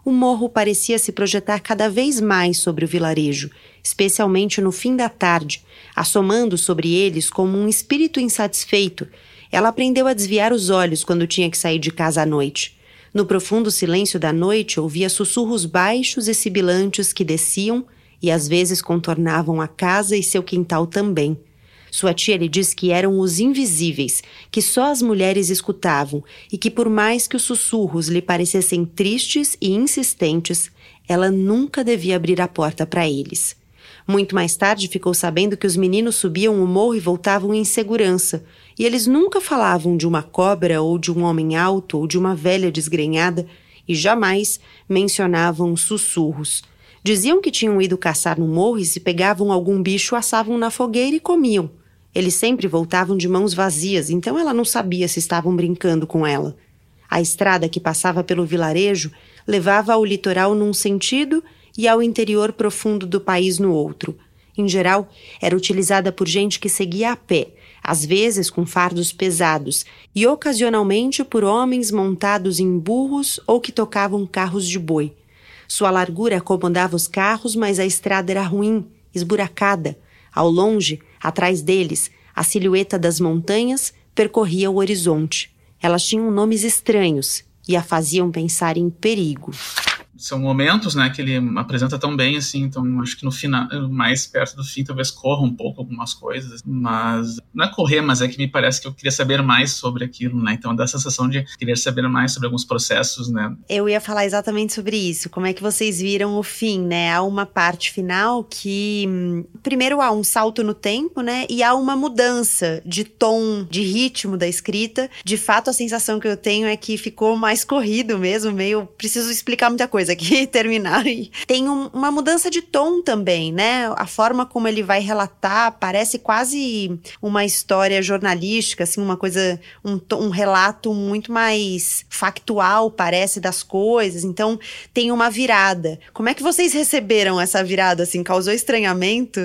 o morro parecia se projetar cada vez mais sobre o vilarejo, especialmente no fim da tarde, assomando sobre eles como um espírito insatisfeito. Ela aprendeu a desviar os olhos quando tinha que sair de casa à noite. No profundo silêncio da noite, ouvia sussurros baixos e sibilantes que desciam e às vezes contornavam a casa e seu quintal também. Sua tia lhe diz que eram os invisíveis, que só as mulheres escutavam e que por mais que os sussurros lhe parecessem tristes e insistentes, ela nunca devia abrir a porta para eles. Muito mais tarde ficou sabendo que os meninos subiam o morro e voltavam em segurança, e eles nunca falavam de uma cobra ou de um homem alto ou de uma velha desgrenhada, e jamais mencionavam sussurros. Diziam que tinham ido caçar no morro e se pegavam algum bicho, assavam na fogueira e comiam. Eles sempre voltavam de mãos vazias, então ela não sabia se estavam brincando com ela. A estrada que passava pelo vilarejo levava ao litoral num sentido e ao interior profundo do país no outro. Em geral, era utilizada por gente que seguia a pé, às vezes com fardos pesados, e ocasionalmente por homens montados em burros ou que tocavam carros de boi. Sua largura acomodava os carros, mas a estrada era ruim, esburacada. Ao longe, atrás deles, a silhueta das montanhas percorria o horizonte. Elas tinham nomes estranhos e a faziam pensar em perigo. São momentos, né, que ele apresenta tão bem, assim, então acho que no final, mais perto do fim, talvez corra um pouco algumas coisas, mas não é correr, mas é que me parece que eu queria saber mais sobre aquilo, né, então dá a sensação de querer saber mais sobre alguns processos, né. Eu ia falar exatamente sobre isso, como é que vocês viram o fim, né, há uma parte final que, primeiro há um salto no tempo, né, e há uma mudança de tom, de ritmo da escrita. De fato, a sensação que eu tenho é que ficou mais corrido mesmo, meio, preciso explicar muita coisa aqui e terminar. E tem uma mudança de tom também, né? A forma como ele vai relatar parece quase uma história jornalística, assim, uma coisa, um relato muito mais factual, parece, das coisas. Então, tem uma virada. Como é que vocês receberam essa virada, assim? Causou estranhamento?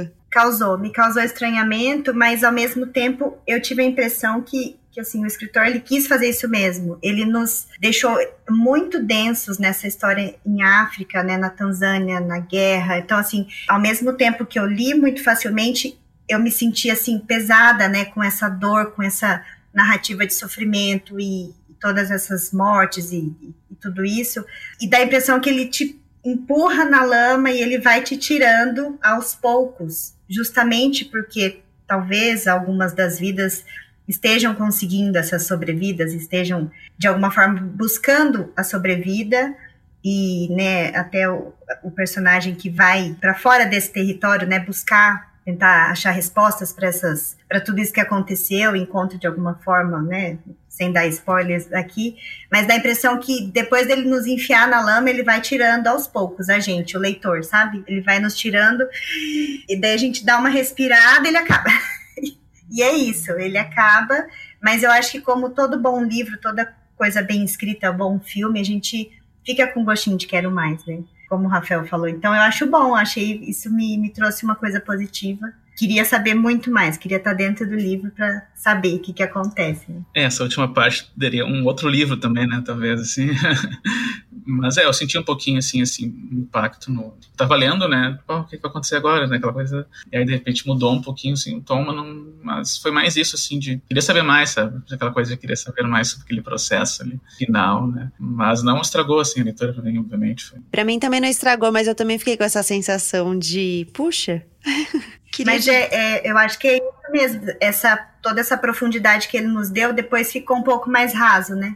Me causou estranhamento, mas ao mesmo tempo eu tive a impressão que assim, o escritor, ele quis fazer isso mesmo. Ele nos deixou muito densos nessa história em África, né, na Tanzânia, na guerra. Então, assim, ao mesmo tempo que eu li muito facilmente, eu me senti, assim, pesada, né, com essa dor, com essa narrativa de sofrimento e todas essas mortes e tudo isso. E dá a impressão que ele te empurra na lama e ele vai te tirando aos poucos, justamente porque talvez algumas das vidas estejam conseguindo essas sobrevidas, estejam de alguma forma buscando a sobrevida e, né, até o personagem que vai para fora desse território, né, tentar achar respostas para tudo isso que aconteceu, encontra de alguma forma, né, sem dar spoilers aqui, mas dá a impressão que depois dele nos enfiar na lama, ele vai tirando aos poucos a gente, o leitor, sabe? Ele vai nos tirando e daí a gente dá uma respirada e ele acaba. E é isso, ele acaba, mas eu acho que como todo bom livro, toda coisa bem escrita, bom filme, a gente fica com gostinho de quero mais, né? Como o Rafael falou. Então eu acho bom, achei isso me trouxe uma coisa positiva. Queria saber muito mais, queria estar dentro do livro para saber o que acontece. Né? Essa última parte teria um outro livro também, né, talvez, assim. Mas eu senti um pouquinho, assim, impacto no... Tava lendo, né, o que vai acontecer agora, né, aquela coisa... E aí, de repente, mudou um pouquinho, assim, o tom, mas foi mais isso, assim, de... Queria saber mais, sabe? Aquela coisa de querer saber mais sobre aquele processo ali, final, né. Mas não estragou, assim, a leitura pra mim, obviamente. Foi. Pra mim também não estragou, mas eu também fiquei com essa sensação de... Puxa... Mas eu acho que é isso mesmo, toda essa profundidade que ele nos deu, depois ficou um pouco mais raso, né?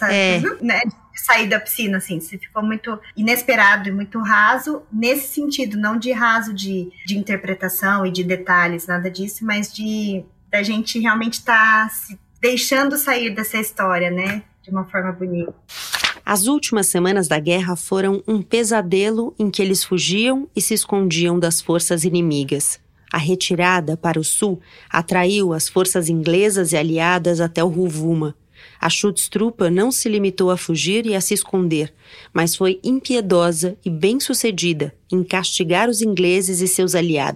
Né, de sair da piscina, assim, você ficou muito inesperado e muito raso, nesse sentido, não de raso de interpretação e de detalhes, nada disso, mas da gente realmente estar se deixando sair dessa história, né? De uma forma bonita. As últimas semanas da guerra foram um pesadelo em que eles fugiam e se escondiam das forças inimigas. A retirada para o sul atraiu as forças inglesas e aliadas até o Rovuma. A Schutztruppe não se limitou a fugir e a se esconder, mas foi impiedosa e bem-sucedida em castigar os ingleses e seus aliados.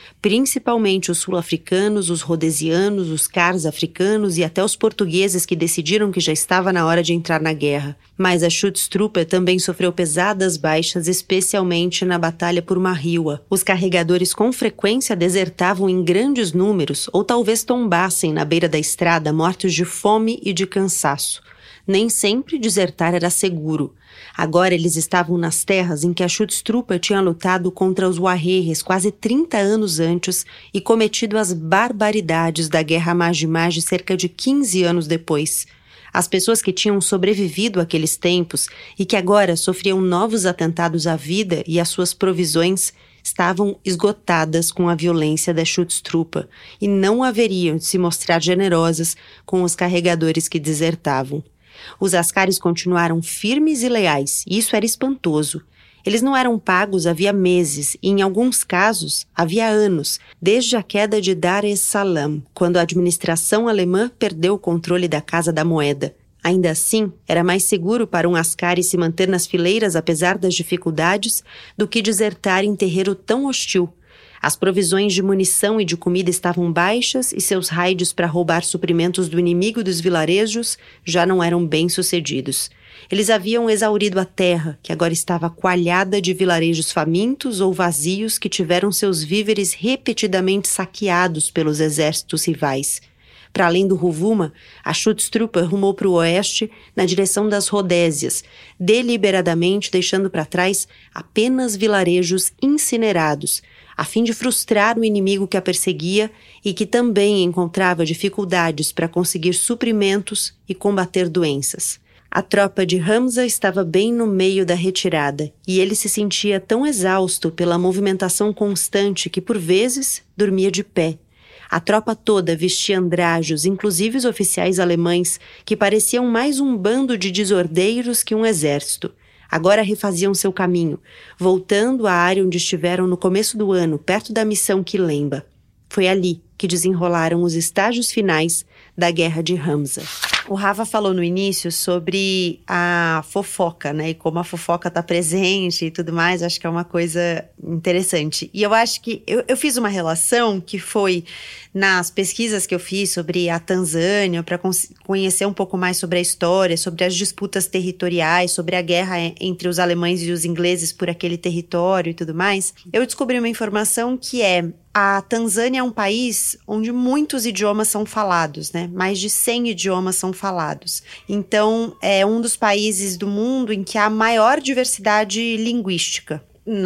principalmente os sul-africanos, os rhodesianos, os cars africanos e até os portugueses que decidiram que já estava na hora de entrar na guerra. Mas a Schutztruppe também sofreu pesadas baixas, especialmente na batalha por Mahriwa. Os carregadores com frequência desertavam em grandes números ou talvez tombassem na beira da estrada, mortos de fome e de cansaço. Nem sempre desertar era seguro. Agora eles estavam nas terras em que a Schutztruppe tinha lutado contra os Waheres quase 30 anos antes e cometido as barbaridades da Guerra Maji-Maji cerca de 15 anos depois. As pessoas que tinham sobrevivido àqueles tempos e que agora sofriam novos atentados à vida e às suas provisões estavam esgotadas com a violência da Schutztruppe e não haveriam de se mostrar generosas com os carregadores que desertavam. Os askaris continuaram firmes e leais, e isso era espantoso. Eles não eram pagos havia meses, e em alguns casos, havia anos, desde a queda de Dar es Salaam, quando a administração alemã perdeu o controle da Casa da Moeda. Ainda assim, era mais seguro para um askari se manter nas fileiras apesar das dificuldades do que desertar em terreiro tão hostil. As provisões de munição e de comida estavam baixas e seus raids para roubar suprimentos do inimigo dos vilarejos já não eram bem-sucedidos. Eles haviam exaurido a terra, que agora estava coalhada de vilarejos famintos ou vazios que tiveram seus víveres repetidamente saqueados pelos exércitos rivais. Para além do Rovuma, a Schutztruppe rumou para o oeste na direção das Rodésias, deliberadamente deixando para trás apenas vilarejos incinerados, a fim de frustrar o inimigo que a perseguia e que também encontrava dificuldades para conseguir suprimentos e combater doenças. A tropa de Hamza estava bem no meio da retirada e ele se sentia tão exausto pela movimentação constante que, por vezes, dormia de pé. A tropa toda vestia andrajos, inclusive os oficiais alemães, que pareciam mais um bando de desordeiros que um exército. Agora refaziam seu caminho, voltando à área onde estiveram no começo do ano, perto da missão Quilemba. Foi ali que desenrolaram os estágios finais da Guerra de Hamza. O Rafa falou no início sobre a fofoca, né? E como a fofoca está presente e tudo mais, acho que é uma coisa interessante. E eu acho que eu fiz uma relação que foi nas pesquisas que eu fiz sobre a Tanzânia, para conhecer um pouco mais sobre a história, sobre as disputas territoriais, sobre a guerra entre os alemães e os ingleses por aquele território e tudo mais. Eu descobri uma informação que a Tanzânia é um país onde muitos idiomas são falados, né? Mais de 100 idiomas são falados. Então, é um dos países do mundo em que há maior diversidade linguística.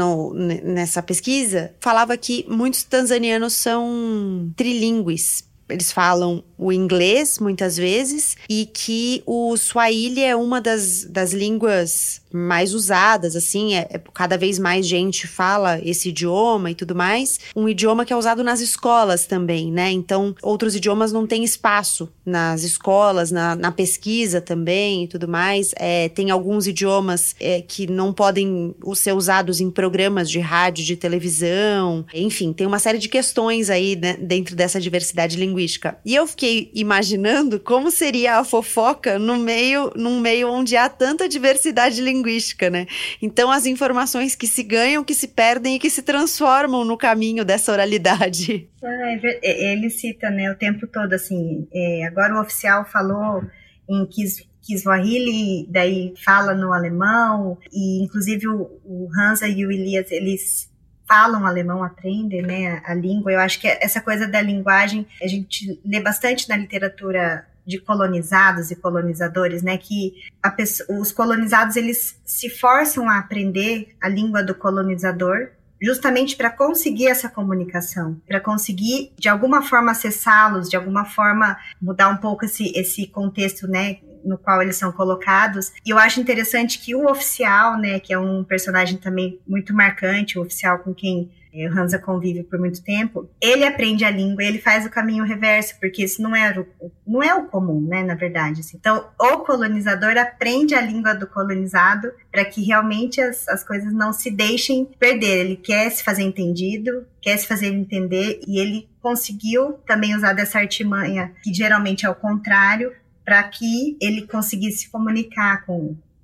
Nessa pesquisa, falava que muitos tanzanianos são trilíngues. Eles falam o inglês, muitas vezes, e que o Swahili é uma das línguas mais usadas, assim, cada vez mais gente fala esse idioma e tudo mais. Um idioma que é usado nas escolas também, né? Então, outros idiomas não têm espaço nas escolas, na pesquisa também e tudo mais. Tem alguns idiomas que não podem ser usados em programas de rádio, de televisão. Enfim, tem uma série de questões aí, né, dentro dessa diversidade linguística. E eu fiquei imaginando como seria a fofoca num meio onde há tanta diversidade linguística, né? Então, as informações que se ganham, que se perdem e que se transformam no caminho dessa oralidade. Ele cita, né, o tempo todo, assim, agora o oficial falou em Kiswahili, daí fala no alemão, e inclusive o Hamza e o Elias, eles falam alemão, aprendem, né, a língua. Eu acho que essa coisa da linguagem, a gente lê bastante na literatura de colonizados e colonizadores, né, que os colonizados, eles se forçam a aprender a língua do colonizador justamente para conseguir essa comunicação, para conseguir, de alguma forma, acessá-los, de alguma forma mudar um pouco esse contexto, né, no qual eles são colocados. E eu acho interessante que o oficial, né, que é um personagem também muito marcante, o oficial com quem o Hamza convive por muito tempo, ele aprende a língua e ele faz o caminho reverso, porque isso não é o comum, né, na verdade. Assim. Então, o colonizador aprende a língua do colonizado para que realmente as coisas não se deixem perder. Ele quer se fazer entendido, quer se fazer entender, e ele conseguiu também usar dessa artimanha, que geralmente é o contrário, para que ele conseguisse se comunicar com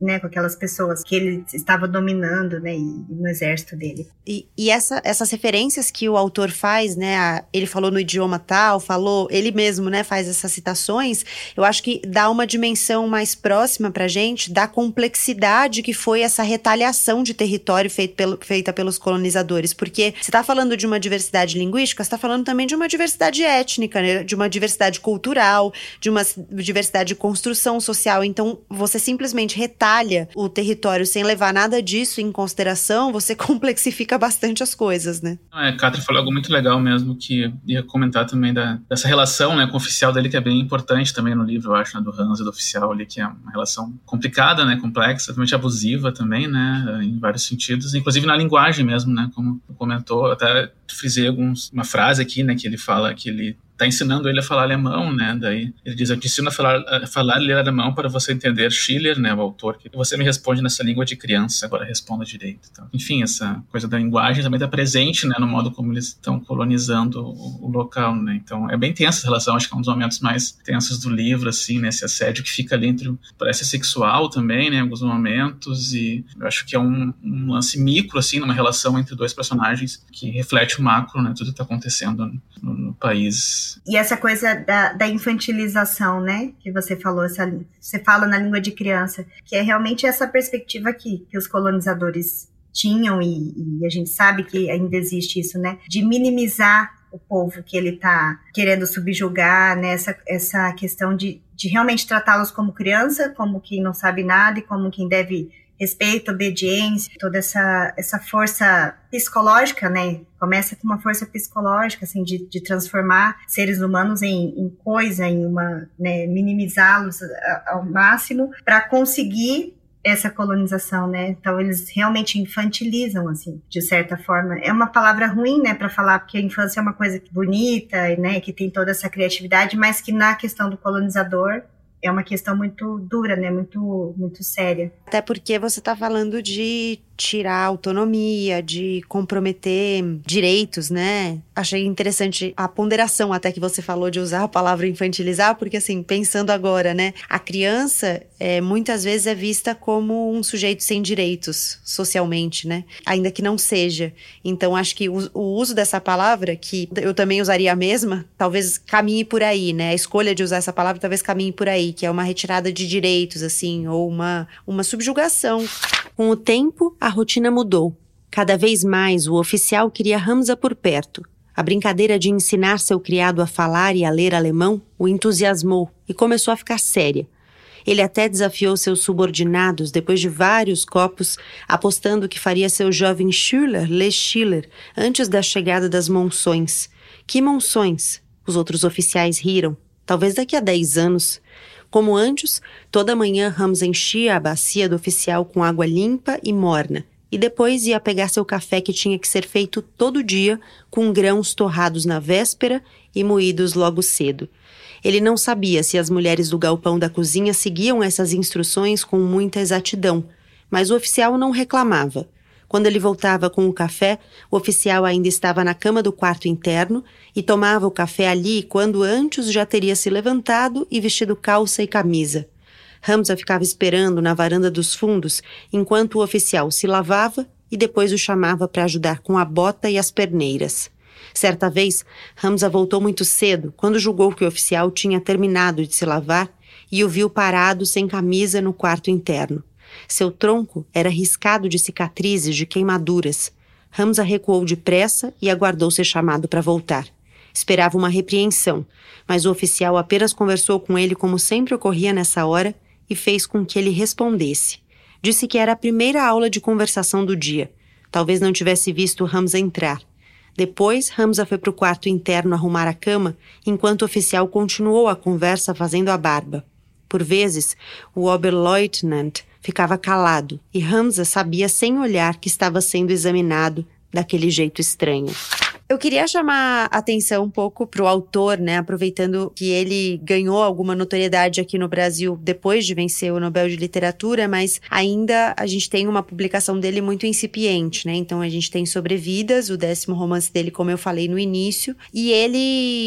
né, com aquelas pessoas que ele estava dominando, né, e no exército dele. E essas referências que o autor faz, né, ele falou no idioma tal, ele mesmo, né, faz essas citações, eu acho que dá uma dimensão mais próxima pra gente da complexidade que foi essa retaliação de território feita pelos colonizadores, porque você tá falando de uma diversidade linguística, você tá falando também de uma diversidade étnica, né, de uma diversidade cultural, de uma diversidade de construção social. Então, você simplesmente retalha o território sem levar nada disso em consideração, você complexifica bastante as coisas, né? Catra falou algo muito legal mesmo, que ia comentar também dessa relação, né, com o oficial dele, que é bem importante também no livro, eu acho, né, do Hans e do oficial ali, que é uma relação complicada, né, complexa, totalmente abusiva também, né, em vários sentidos, inclusive na linguagem mesmo, né, como comentou, até frisei uma frase aqui, né, que ele fala que ele tá ensinando ele a falar alemão, né? Daí ele diz: eu te ensino a falar e ler alemão para você entender Schiller, né, o autor, que você me responde nessa língua de criança, agora responda direito. Então, enfim, essa coisa da linguagem também está presente, né, no modo como eles estão colonizando o local, né? Então é bem tensa essa relação, acho que é um dos momentos mais tensos do livro, assim, né, esse assédio que fica ali parece sexual também, né, em alguns momentos, e eu acho que é um lance micro, assim, numa relação entre dois personagens que reflete o macro, né, tudo que está acontecendo no país. E essa coisa da infantilização, né, que você falou, você fala na língua de criança, que é realmente essa perspectiva que os colonizadores tinham, e a gente sabe que ainda existe isso, né, de minimizar o povo que ele está querendo subjugar, né, essa questão de realmente tratá-los como criança, como quem não sabe nada e como quem deve respeito, obediência, toda essa força psicológica, né? Começa com uma força psicológica, assim, de transformar seres humanos em coisa, né, minimizá-los ao máximo para conseguir essa colonização, né? Então eles realmente infantilizam, assim, de certa forma. É uma palavra ruim, né, para falar, porque a infância é uma coisa bonita, né, que tem toda essa criatividade, mas que na questão do colonizador é uma questão muito dura, né? Muito, muito séria. Até porque você está falando de tirar autonomia, de comprometer direitos, né? Achei interessante a ponderação até que você falou de usar a palavra infantilizar, porque assim, pensando agora, né? A criança muitas vezes é vista como um sujeito sem direitos socialmente, né? Ainda que não seja. Então acho que o uso dessa palavra, que eu também usaria a mesma, talvez caminhe por aí, né? A escolha de usar essa palavra talvez caminhe por aí, que é uma retirada de direitos, assim, ou uma subjugação. Com o tempo, a rotina mudou. Cada vez mais, o oficial queria Hamza por perto. A brincadeira de ensinar seu criado a falar e a ler alemão o entusiasmou e começou a ficar séria. Ele até desafiou seus subordinados depois de vários copos, apostando que faria seu jovem Schüler ler Schiller antes da chegada das monções. Que monções? Os outros oficiais riram. Talvez daqui a 10 anos. Como antes, toda manhã Hamza enchia a bacia do oficial com água limpa e morna, e depois ia pegar seu café que tinha que ser feito todo dia, com grãos torrados na véspera e moídos logo cedo. Ele não sabia se as mulheres do galpão da cozinha seguiam essas instruções com muita exatidão, mas o oficial não reclamava. Quando ele voltava com o café, o oficial ainda estava na cama do quarto interno e tomava o café ali quando antes já teria se levantado e vestido calça e camisa. Hamza ficava esperando na varanda dos fundos enquanto o oficial se lavava e depois o chamava para ajudar com a bota e as perneiras. Certa vez, Hamza voltou muito cedo quando julgou que o oficial tinha terminado de se lavar e o viu parado sem camisa no quarto interno. Seu tronco era riscado de cicatrizes de queimaduras. Hamza recuou depressa e aguardou ser chamado para voltar. Esperava uma repreensão, mas o oficial apenas conversou com ele como sempre ocorria nessa hora e fez com que ele respondesse. Disse que era a primeira aula de conversação do dia. Talvez não tivesse visto Hamza entrar. Depois, Hamza foi para o quarto interno arrumar a cama, enquanto o oficial continuou a conversa fazendo a barba. Por vezes, o Oberleutnant ficava calado e Hamza sabia sem olhar que estava sendo examinado daquele jeito estranho. Eu queria chamar a atenção um pouco para o autor, né, aproveitando que ele ganhou alguma notoriedade aqui no Brasil depois de vencer o Nobel de Literatura, mas ainda a gente tem uma publicação dele muito incipiente, né? Então a gente tem Sobrevidas, o 10º romance dele, como eu falei no início, e ele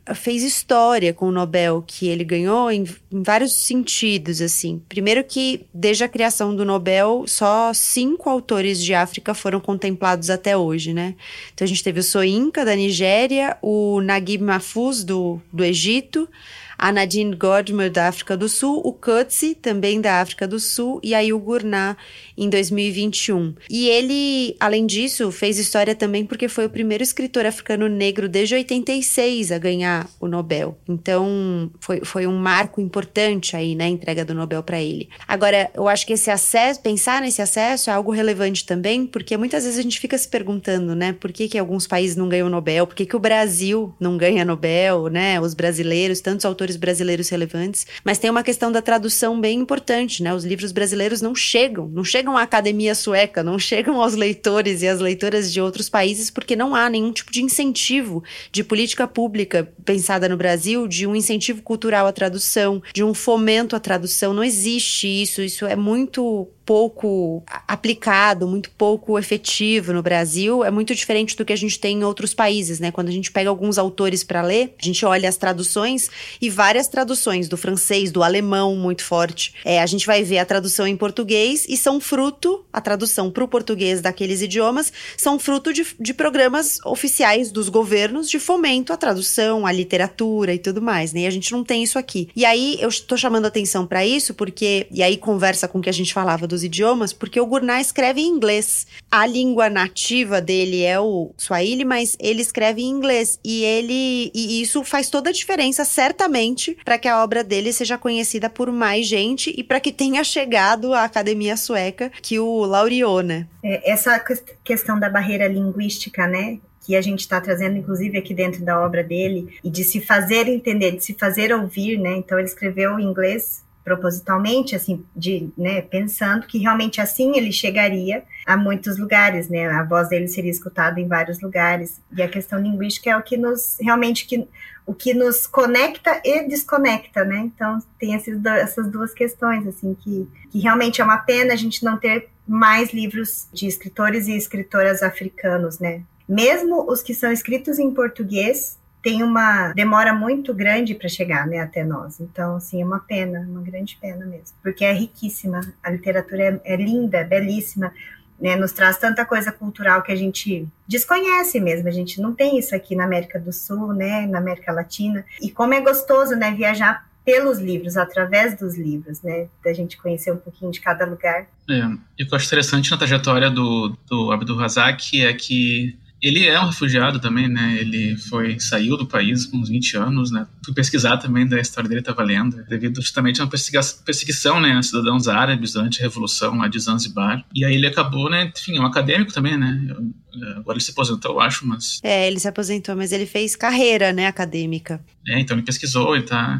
fez história com o Nobel que ele ganhou em vários sentidos, assim. Primeiro que, desde a criação do Nobel, só 5 autores de África foram contemplados até hoje, né? Então a gente teve o Soyinka, da Nigéria, o Naguib Mahfouz, do Egito, a Nadine Gordimer, da África do Sul, o Coetzee, também da África do Sul, e aí o Gurnah, em 2021. E ele, além disso, fez história também porque foi o primeiro escritor africano negro desde 86 a ganhar o Nobel. Então, foi um marco importante aí, né, a entrega do Nobel para ele. Agora, eu acho que esse acesso, pensar nesse acesso é algo relevante também, porque muitas vezes a gente fica se perguntando, né, por que alguns países não ganham o Nobel, por que o Brasil não ganha Nobel, né, os brasileiros, tantos autores brasileiros relevantes, mas tem uma questão da tradução bem importante, né, os livros brasileiros não chegam à academia sueca, não chegam aos leitores e às leitoras de outros países, porque não há nenhum tipo de incentivo de política pública pensada no Brasil, de um incentivo cultural à tradução, de um fomento à tradução, não existe isso é muito pouco aplicado, muito pouco efetivo no Brasil, é muito diferente do que a gente tem em outros países, né? Quando a gente pega alguns autores para ler, a gente olha as traduções e várias traduções do francês, do alemão, muito forte. A gente vai ver a tradução em português e são fruto, a tradução para o português daqueles idiomas, são fruto de programas oficiais dos governos de fomento à tradução, à literatura e tudo mais, né? E a gente não tem isso aqui. E aí eu estou chamando atenção para isso porque, e aí conversa com o que a gente falava dos idiomas, porque o Gurnah escreve em inglês. A língua nativa dele é o Swahili, mas ele escreve em inglês. E isso faz toda a diferença, certamente, para que a obra dele seja conhecida por mais gente e para que tenha chegado à academia sueca que o laureou, né? Essa questão da barreira linguística, né? Que a gente está trazendo, inclusive, aqui dentro da obra dele, e de se fazer entender, de se fazer ouvir, né? Então, ele escreveu em inglês propositalmente, assim, né, pensando que realmente assim ele chegaria a muitos lugares, né, a voz dele seria escutada em vários lugares, e a questão linguística é o que nos, realmente, o que nos conecta e desconecta, né, então tem essas duas questões, assim, que realmente é uma pena a gente não ter mais livros de escritores e escritoras africanos, né, mesmo os que são escritos em português, tem uma demora muito grande para chegar, né, até nós. Então, assim, é uma pena, uma grande pena mesmo. Porque é riquíssima, a literatura é linda, é belíssima, né, nos traz tanta coisa cultural que a gente desconhece mesmo. A gente não tem isso aqui na América do Sul, né, na América Latina. E como é gostoso, né, viajar pelos livros, através dos livros, né, da gente conhecer um pouquinho de cada lugar. E o que eu acho interessante na trajetória do Abdul-Razak é que ele é um refugiado também, né? Ele saiu do país com uns 20 anos, né? Fui pesquisar também da história dele, estava lendo, devido justamente a uma perseguição, né, a cidadãos árabes durante a Revolução lá de Zanzibar. E aí ele acabou, né? Enfim, é um acadêmico também, né? Agora ele se aposentou, eu acho, mas... ele se aposentou, mas ele fez carreira, né, acadêmica. Então ele pesquisou,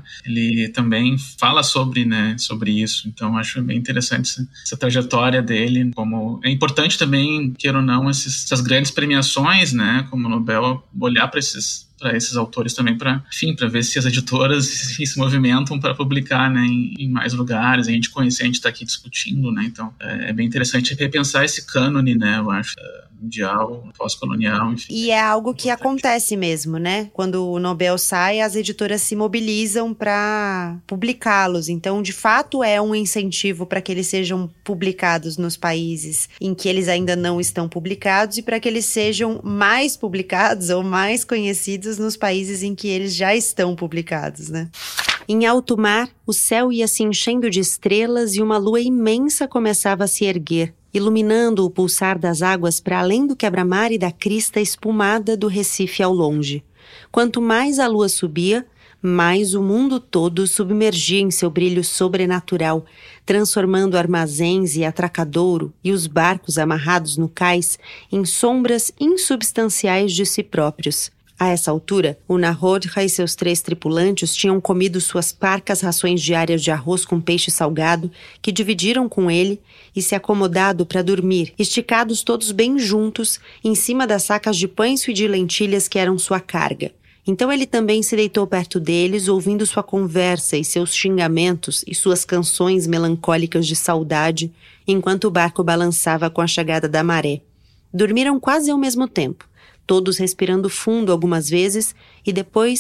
ele também fala sobre isso, então acho bem interessante essa trajetória dele, como é importante também, queira ou não, essas grandes premiações, né, como o Nobel, olhar para esses autores também, para ver se as editoras se movimentam para publicar, né, em mais lugares, a gente conhecer, a gente está aqui discutindo, né, então é bem interessante repensar esse cânone, né, eu acho, mundial, pós-colonial, enfim. E é algo que acontece mesmo, né? Quando o Nobel sai, as editoras se mobilizam para publicá-los. Então, de fato, é um incentivo para que eles sejam publicados nos países em que eles ainda não estão publicados e para que eles sejam mais publicados ou mais conhecidos nos países em que eles já estão publicados, né? Em alto mar, o céu ia se enchendo de estrelas e uma lua imensa começava a se erguer, iluminando o pulsar das águas para além do quebra-mar e da crista espumada do Recife ao longe. Quanto mais a lua subia, mais o mundo todo submergia em seu brilho sobrenatural, transformando armazéns e atracadouro e os barcos amarrados no cais em sombras insubstanciais de si próprios. A essa altura, o Nahodja e seus 3 tripulantes tinham comido suas parcas rações diárias de arroz com peixe salgado, que dividiram com ele, e se acomodado para dormir, esticados todos bem juntos, em cima das sacas de pães e de lentilhas que eram sua carga. Então ele também se deitou perto deles, ouvindo sua conversa e seus xingamentos e suas canções melancólicas de saudade, enquanto o barco balançava com a chegada da maré. Dormiram quase ao mesmo tempo, todos respirando fundo algumas vezes e depois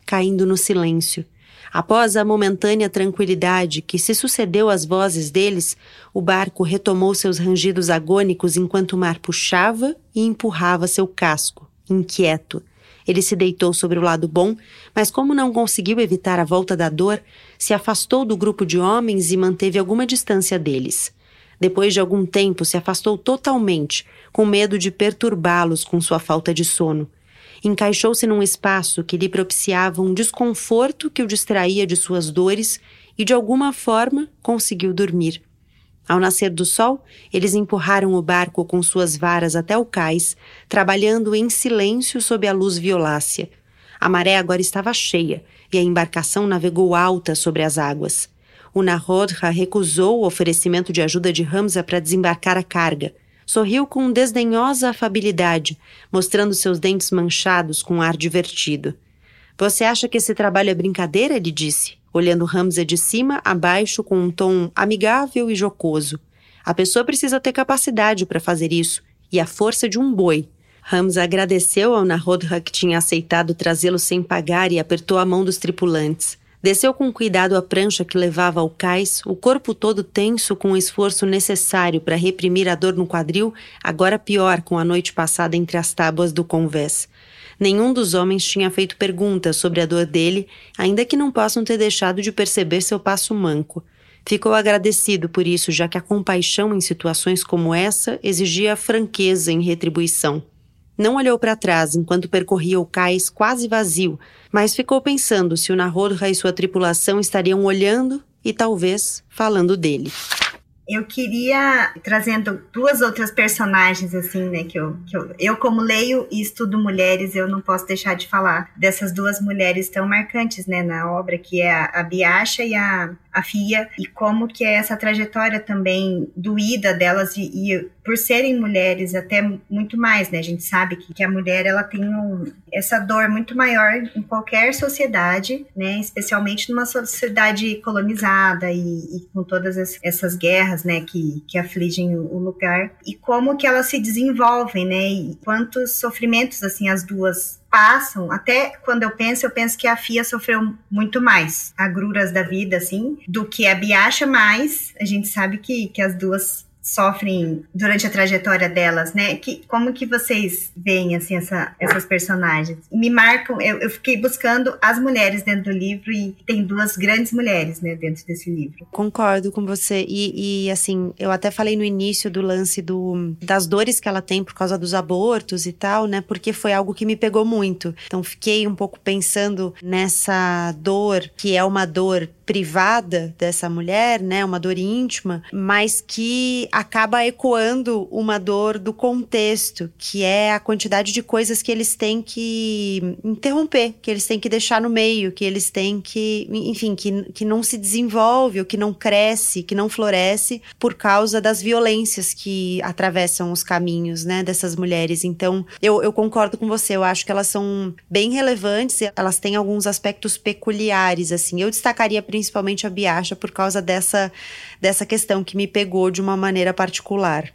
caindo no silêncio. Após a momentânea tranquilidade que se sucedeu às vozes deles, o barco retomou seus rangidos agônicos enquanto o mar puxava e empurrava seu casco, inquieto. Ele se deitou sobre o lado bom, mas como não conseguiu evitar a volta da dor, se afastou do grupo de homens e manteve alguma distância deles. Depois de algum tempo, se afastou totalmente, com medo de perturbá-los com sua falta de sono. Encaixou-se num espaço que lhe propiciava um desconforto que o distraía de suas dores e, de alguma forma, conseguiu dormir. Ao nascer do sol, eles empurraram o barco com suas varas até o cais, trabalhando em silêncio sob a luz violácea. A maré agora estava cheia e a embarcação navegou alta sobre as águas. O Narodha recusou o oferecimento de ajuda de Hamza para desembarcar a carga. Sorriu com desdenhosa afabilidade, mostrando seus dentes manchados com um ar divertido. Você acha que esse trabalho é brincadeira? Ele disse, olhando Hamza de cima a baixo com um tom amigável e jocoso. A pessoa precisa ter capacidade para fazer isso, e a força de um boi. Hamza agradeceu ao Narodha que tinha aceitado trazê-lo sem pagar e apertou a mão dos tripulantes. Desceu com cuidado a prancha que levava ao cais, o corpo todo tenso com o esforço necessário para reprimir a dor no quadril, agora pior com a noite passada entre as tábuas do convés. Nenhum dos homens tinha feito perguntas sobre a dor dele, ainda que não possam ter deixado de perceber seu passo manco. Ficou agradecido por isso, já que a compaixão em situações como essa exigia franqueza em retribuição. Não olhou para trás enquanto percorria o cais quase vazio, mas ficou pensando se o Narodha e sua tripulação estariam olhando e talvez falando dele. Eu queria, trazendo duas outras personagens, assim, né, que eu como leio e estudo mulheres, eu não posso deixar de falar dessas duas mulheres tão marcantes, né, na obra, que é a Biasha e a Fia, e como que é essa trajetória também doída delas, e por serem mulheres até muito mais, né, a gente sabe que a mulher, ela tem essa dor muito maior em qualquer sociedade, né, especialmente numa sociedade colonizada e com todas essas guerras, né, que afligem o lugar, e como que elas se desenvolvem, né, e quantos sofrimentos, assim, as duas passam. Até quando eu penso que a Fia sofreu muito mais agruras da vida, assim, do que a Biasha, mas a gente sabe que as duas sofrem durante a trajetória delas, né? Como que vocês veem, assim, essas personagens? Me marcam, eu fiquei buscando as mulheres dentro do livro e tem duas grandes mulheres, né, dentro desse livro. Concordo com você e assim, eu até falei no início do lance das dores que ela tem por causa dos abortos e tal, né, porque foi algo que me pegou muito. Então fiquei um pouco pensando nessa dor, que é uma dor privada dessa mulher, né, uma dor íntima, mas que acaba ecoando uma dor do contexto, que é a quantidade de coisas que eles têm que interromper, que eles têm que deixar no meio, que eles têm que, enfim, que não se desenvolve, ou que não cresce, que não floresce por causa das violências que atravessam os caminhos, né, dessas mulheres. Então, eu concordo com você, eu acho que elas são bem relevantes, elas têm alguns aspectos peculiares, assim. Eu destacaria principalmente a Biasha por causa dessa questão que me pegou de uma maneira particular.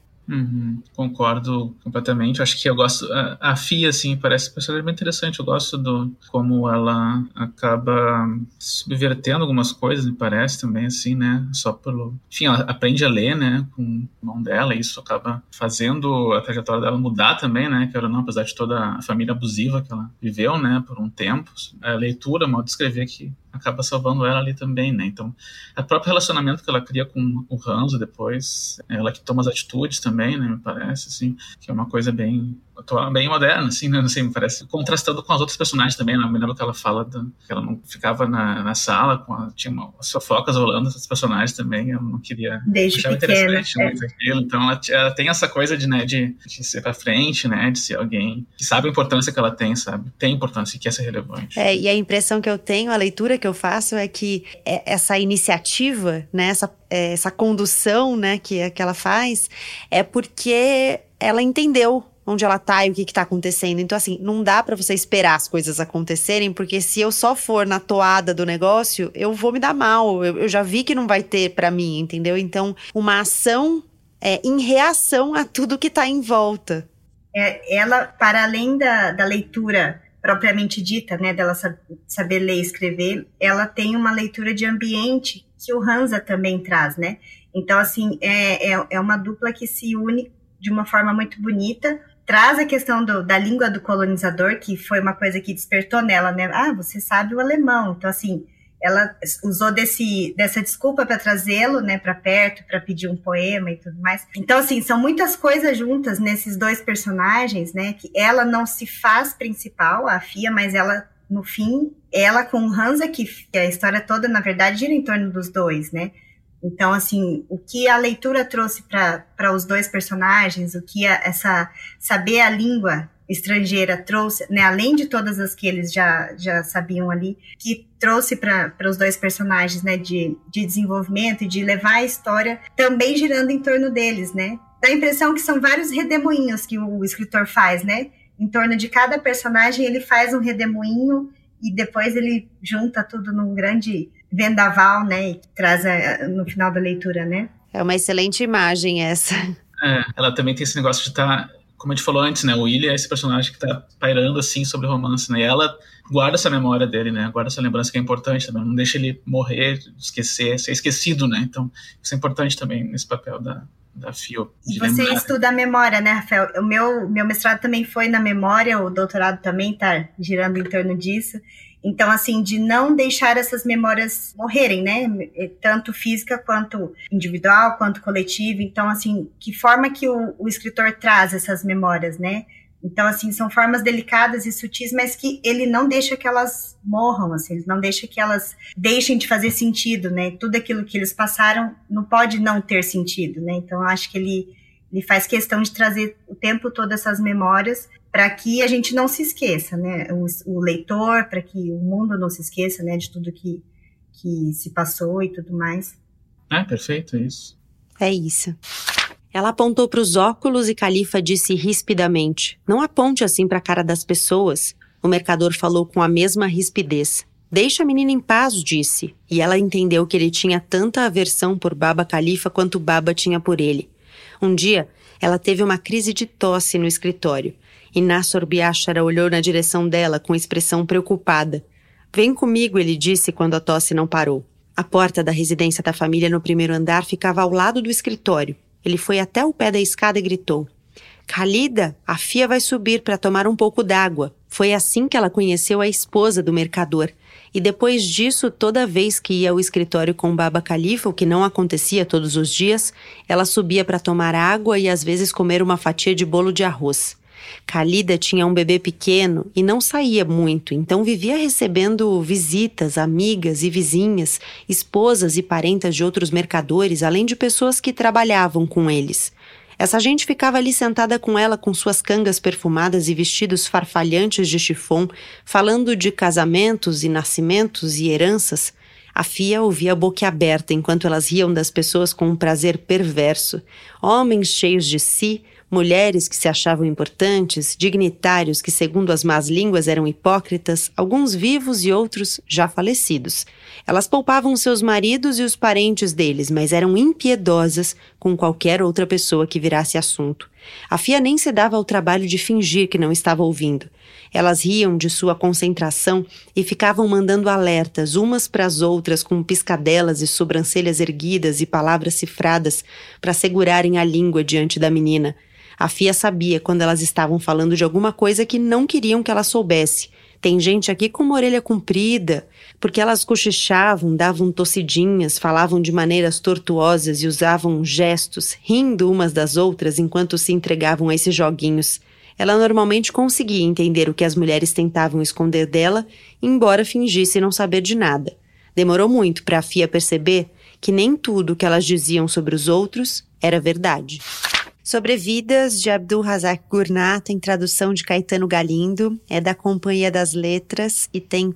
Concordo completamente. Eu acho que eu gosto, a Fia, assim, parece um personagem bem interessante. Eu gosto como ela acaba subvertendo algumas coisas, me parece também, assim, né, só enfim, ela aprende a ler, né, com a mão dela, e isso acaba fazendo a trajetória dela mudar também, né, quero ou não, apesar de toda a família abusiva que ela viveu, né, por um tempo. A leitura, mal de escrever, que acaba salvando ela ali também, né, então o próprio relacionamento que ela cria com o Hamza depois, ela que toma as atitudes também, né, me parece, assim, que é uma coisa bem moderna, assim, né, não sei, me parece, contrastando com as outras personagens também, né, eu me lembro que ela fala que ela não ficava na sala, tinha as fofocas rolando, esses personagens também, eu não queria... Desde pequena. Muito aquilo, então ela tem essa coisa de ser pra frente, né, de ser alguém que sabe a importância que ela tem, sabe, tem importância e quer ser relevante. E a impressão que eu tenho, a leitura que eu faço é que essa iniciativa, né, essa condução, né, que ela faz, é porque ela entendeu onde ela tá e o que tá acontecendo. Então, assim, não dá pra você esperar as coisas acontecerem, porque se eu só for na toada do negócio, eu vou me dar mal. Eu já vi que não vai ter pra mim, entendeu? Então, uma ação em reação a tudo que tá em volta. Ela, para além da leitura propriamente dita, né, dela saber ler e escrever, ela tem uma leitura de ambiente que o Hansa também traz, né? Então, assim, é uma dupla que se une de uma forma muito bonita, traz a questão da língua do colonizador, que foi uma coisa que despertou nela, né? Ah, você sabe o alemão. Então, assim, ela usou dessa desculpa para trazê-lo, né, para perto, para pedir um poema e tudo mais. Então, assim, são muitas coisas juntas nesses dois personagens, né, que ela não se faz principal, a Fia, mas ela, no fim, ela com o Hansa, que a história toda, na verdade, gira em torno dos dois, né. Então, assim, o que a leitura trouxe para os dois personagens, o que saber a língua estrangeira trouxe, né, além de todas as que eles já sabiam ali, que trouxe para os dois personagens, né, de desenvolvimento e de levar a história também girando em torno deles, né. Dá a impressão que são vários redemoinhos que o escritor faz, né, em torno de cada personagem ele faz um redemoinho e depois ele junta tudo num grande vendaval, né, e traz no final da leitura, né. É uma excelente imagem essa. Ela também tem esse negócio de estar, como a gente falou antes, né, o William é esse personagem que tá pairando, assim, sobre o romance, né, e ela guarda essa memória dele, né, guarda essa lembrança que é importante também, não deixa ele morrer, esquecer, ser esquecido, né, então isso é importante também nesse papel da Fio. E você estuda a memória, né, Rafael? O meu mestrado também foi na memória, o doutorado também tá girando em torno disso. Então, assim, de não deixar essas memórias morrerem, né? Tanto física quanto individual, quanto coletiva. Então, assim, que forma que o escritor traz essas memórias, né? Então, assim, são formas delicadas e sutis, mas que ele não deixa que elas morram, assim, ele não deixa que elas deixem de fazer sentido, né? Tudo aquilo que eles passaram não pode não ter sentido, né? Então, eu acho que ele faz questão de trazer o tempo todo essas memórias para que a gente não se esqueça, né? O leitor, para que o mundo não se esqueça, né? De tudo que se passou e tudo mais. Perfeito, é isso. É isso. Ela apontou para os óculos e Califa disse rispidamente: "Não aponte assim para a cara das pessoas." O mercador falou com a mesma rispidez. "Deixa a menina em paz", disse. E ela entendeu que ele tinha tanta aversão por Baba Califa quanto Baba tinha por ele. Um dia, ela teve uma crise de tosse no escritório. E Nassor Biashara olhou na direção dela com expressão preocupada. "Vem comigo", ele disse quando a tosse não parou. A porta da residência da família no primeiro andar ficava ao lado do escritório. Ele foi até o pé da escada e gritou: "Khalida, a Fia vai subir para tomar um pouco d'água." Foi assim que ela conheceu a esposa do mercador. E depois disso, toda vez que ia ao escritório com Baba Califa, o que não acontecia todos os dias, ela subia para tomar água e às vezes comer uma fatia de bolo de arroz. Khalida tinha um bebê pequeno e não saía muito, então vivia recebendo visitas, amigas e vizinhas, esposas e parentas de outros mercadores, além de pessoas que trabalhavam com eles. Essa gente ficava ali sentada com ela com suas cangas perfumadas e vestidos farfalhantes de chifon, falando de casamentos e nascimentos e heranças. A Fia ouvia boquiaberta enquanto elas riam das pessoas com um prazer perverso. Homens cheios de si, mulheres que se achavam importantes, dignitários que, segundo as más línguas, eram hipócritas, alguns vivos e outros já falecidos. Elas poupavam seus maridos e os parentes deles, mas eram impiedosas com qualquer outra pessoa que virasse assunto. A Fia nem se dava ao trabalho de fingir que não estava ouvindo. Elas riam de sua concentração e ficavam mandando alertas umas para as outras com piscadelas e sobrancelhas erguidas e palavras cifradas para segurarem a língua diante da menina. A Fia sabia quando elas estavam falando de alguma coisa que não queriam que ela soubesse. Tem gente aqui com uma orelha comprida, porque elas cochichavam, davam tossidinhas, falavam de maneiras tortuosas e usavam gestos, rindo umas das outras enquanto se entregavam a esses joguinhos. Ela normalmente conseguia entender o que as mulheres tentavam esconder dela, embora fingisse não saber de nada. Demorou muito para a Fia perceber que nem tudo o que elas diziam sobre os outros era verdade. Sobrevidas, de Abdul Razak Gurnah, tem tradução de Caetano Galindo, é da Companhia das Letras e tem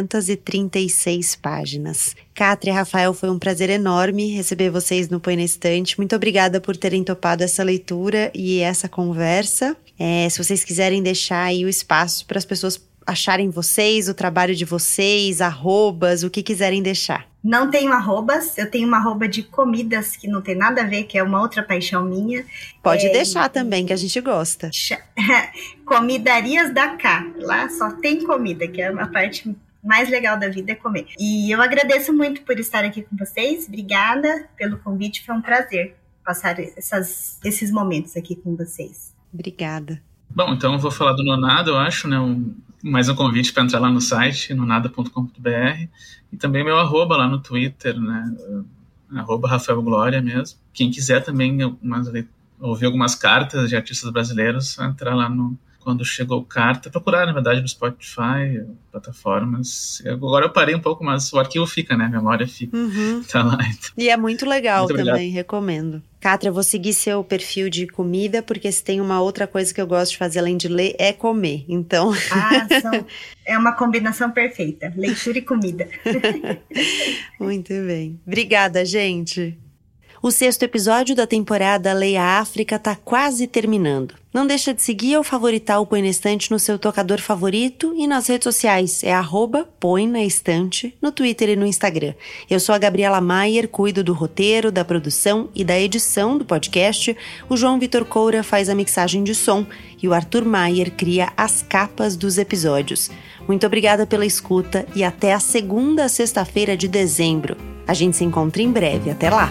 336 páginas. Cátria e Rafael, foi um prazer enorme receber vocês no Põe na Estante. Muito obrigada por terem topado essa leitura e essa conversa. Se vocês quiserem deixar aí o espaço para as pessoas acharem vocês, o trabalho de vocês, arrobas, o que quiserem deixar. Não tenho arrobas, eu tenho uma arroba de comidas que não tem nada a ver, que é uma outra paixão minha. Pode deixar também, que a gente gosta. Comidarias da Cá. Lá só tem comida, que é a parte mais legal da vida, é comer. E eu agradeço muito por estar aqui com vocês. Obrigada pelo convite, foi um prazer passar esses momentos aqui com vocês. Obrigada. Bom, então eu vou falar do Nonada, eu acho, né? Mais um convite para entrar lá no site, nonada.com.br, e também meu arroba lá no Twitter, né? Arroba Rafael Glória mesmo. Quem quiser também ouvir algumas cartas de artistas brasileiros, entrar lá quando chegou carta, procurar, na verdade, no Spotify, plataformas. Agora eu parei um pouco, mas o arquivo fica, né? A memória fica. Tá lá. Então. E é muito legal também, recomendo. Cátria, eu vou seguir seu perfil de comida, porque se tem uma outra coisa que eu gosto de fazer além de ler, é comer. Então... é uma combinação perfeita. Leitura e comida. Muito bem. Obrigada, gente. O 6º episódio da temporada Leia África tá quase terminando. Não deixa de seguir ou favoritar o Põe na Estante no seu tocador favorito e nas redes sociais. É @Põe na Estante no Twitter e no Instagram. Eu sou a Gabriela Maier, cuido do roteiro, da produção e da edição do podcast. O João Vitor Coura faz a mixagem de som e o Arthur Maier cria as capas dos episódios. Muito obrigada pela escuta e até a segunda sexta-feira de dezembro. A gente se encontra em breve. Até lá!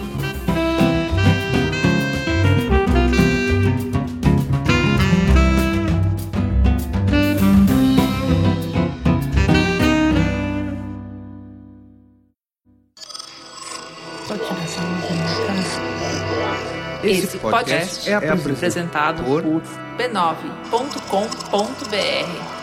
Esse podcast é apresentado por b9.com.br.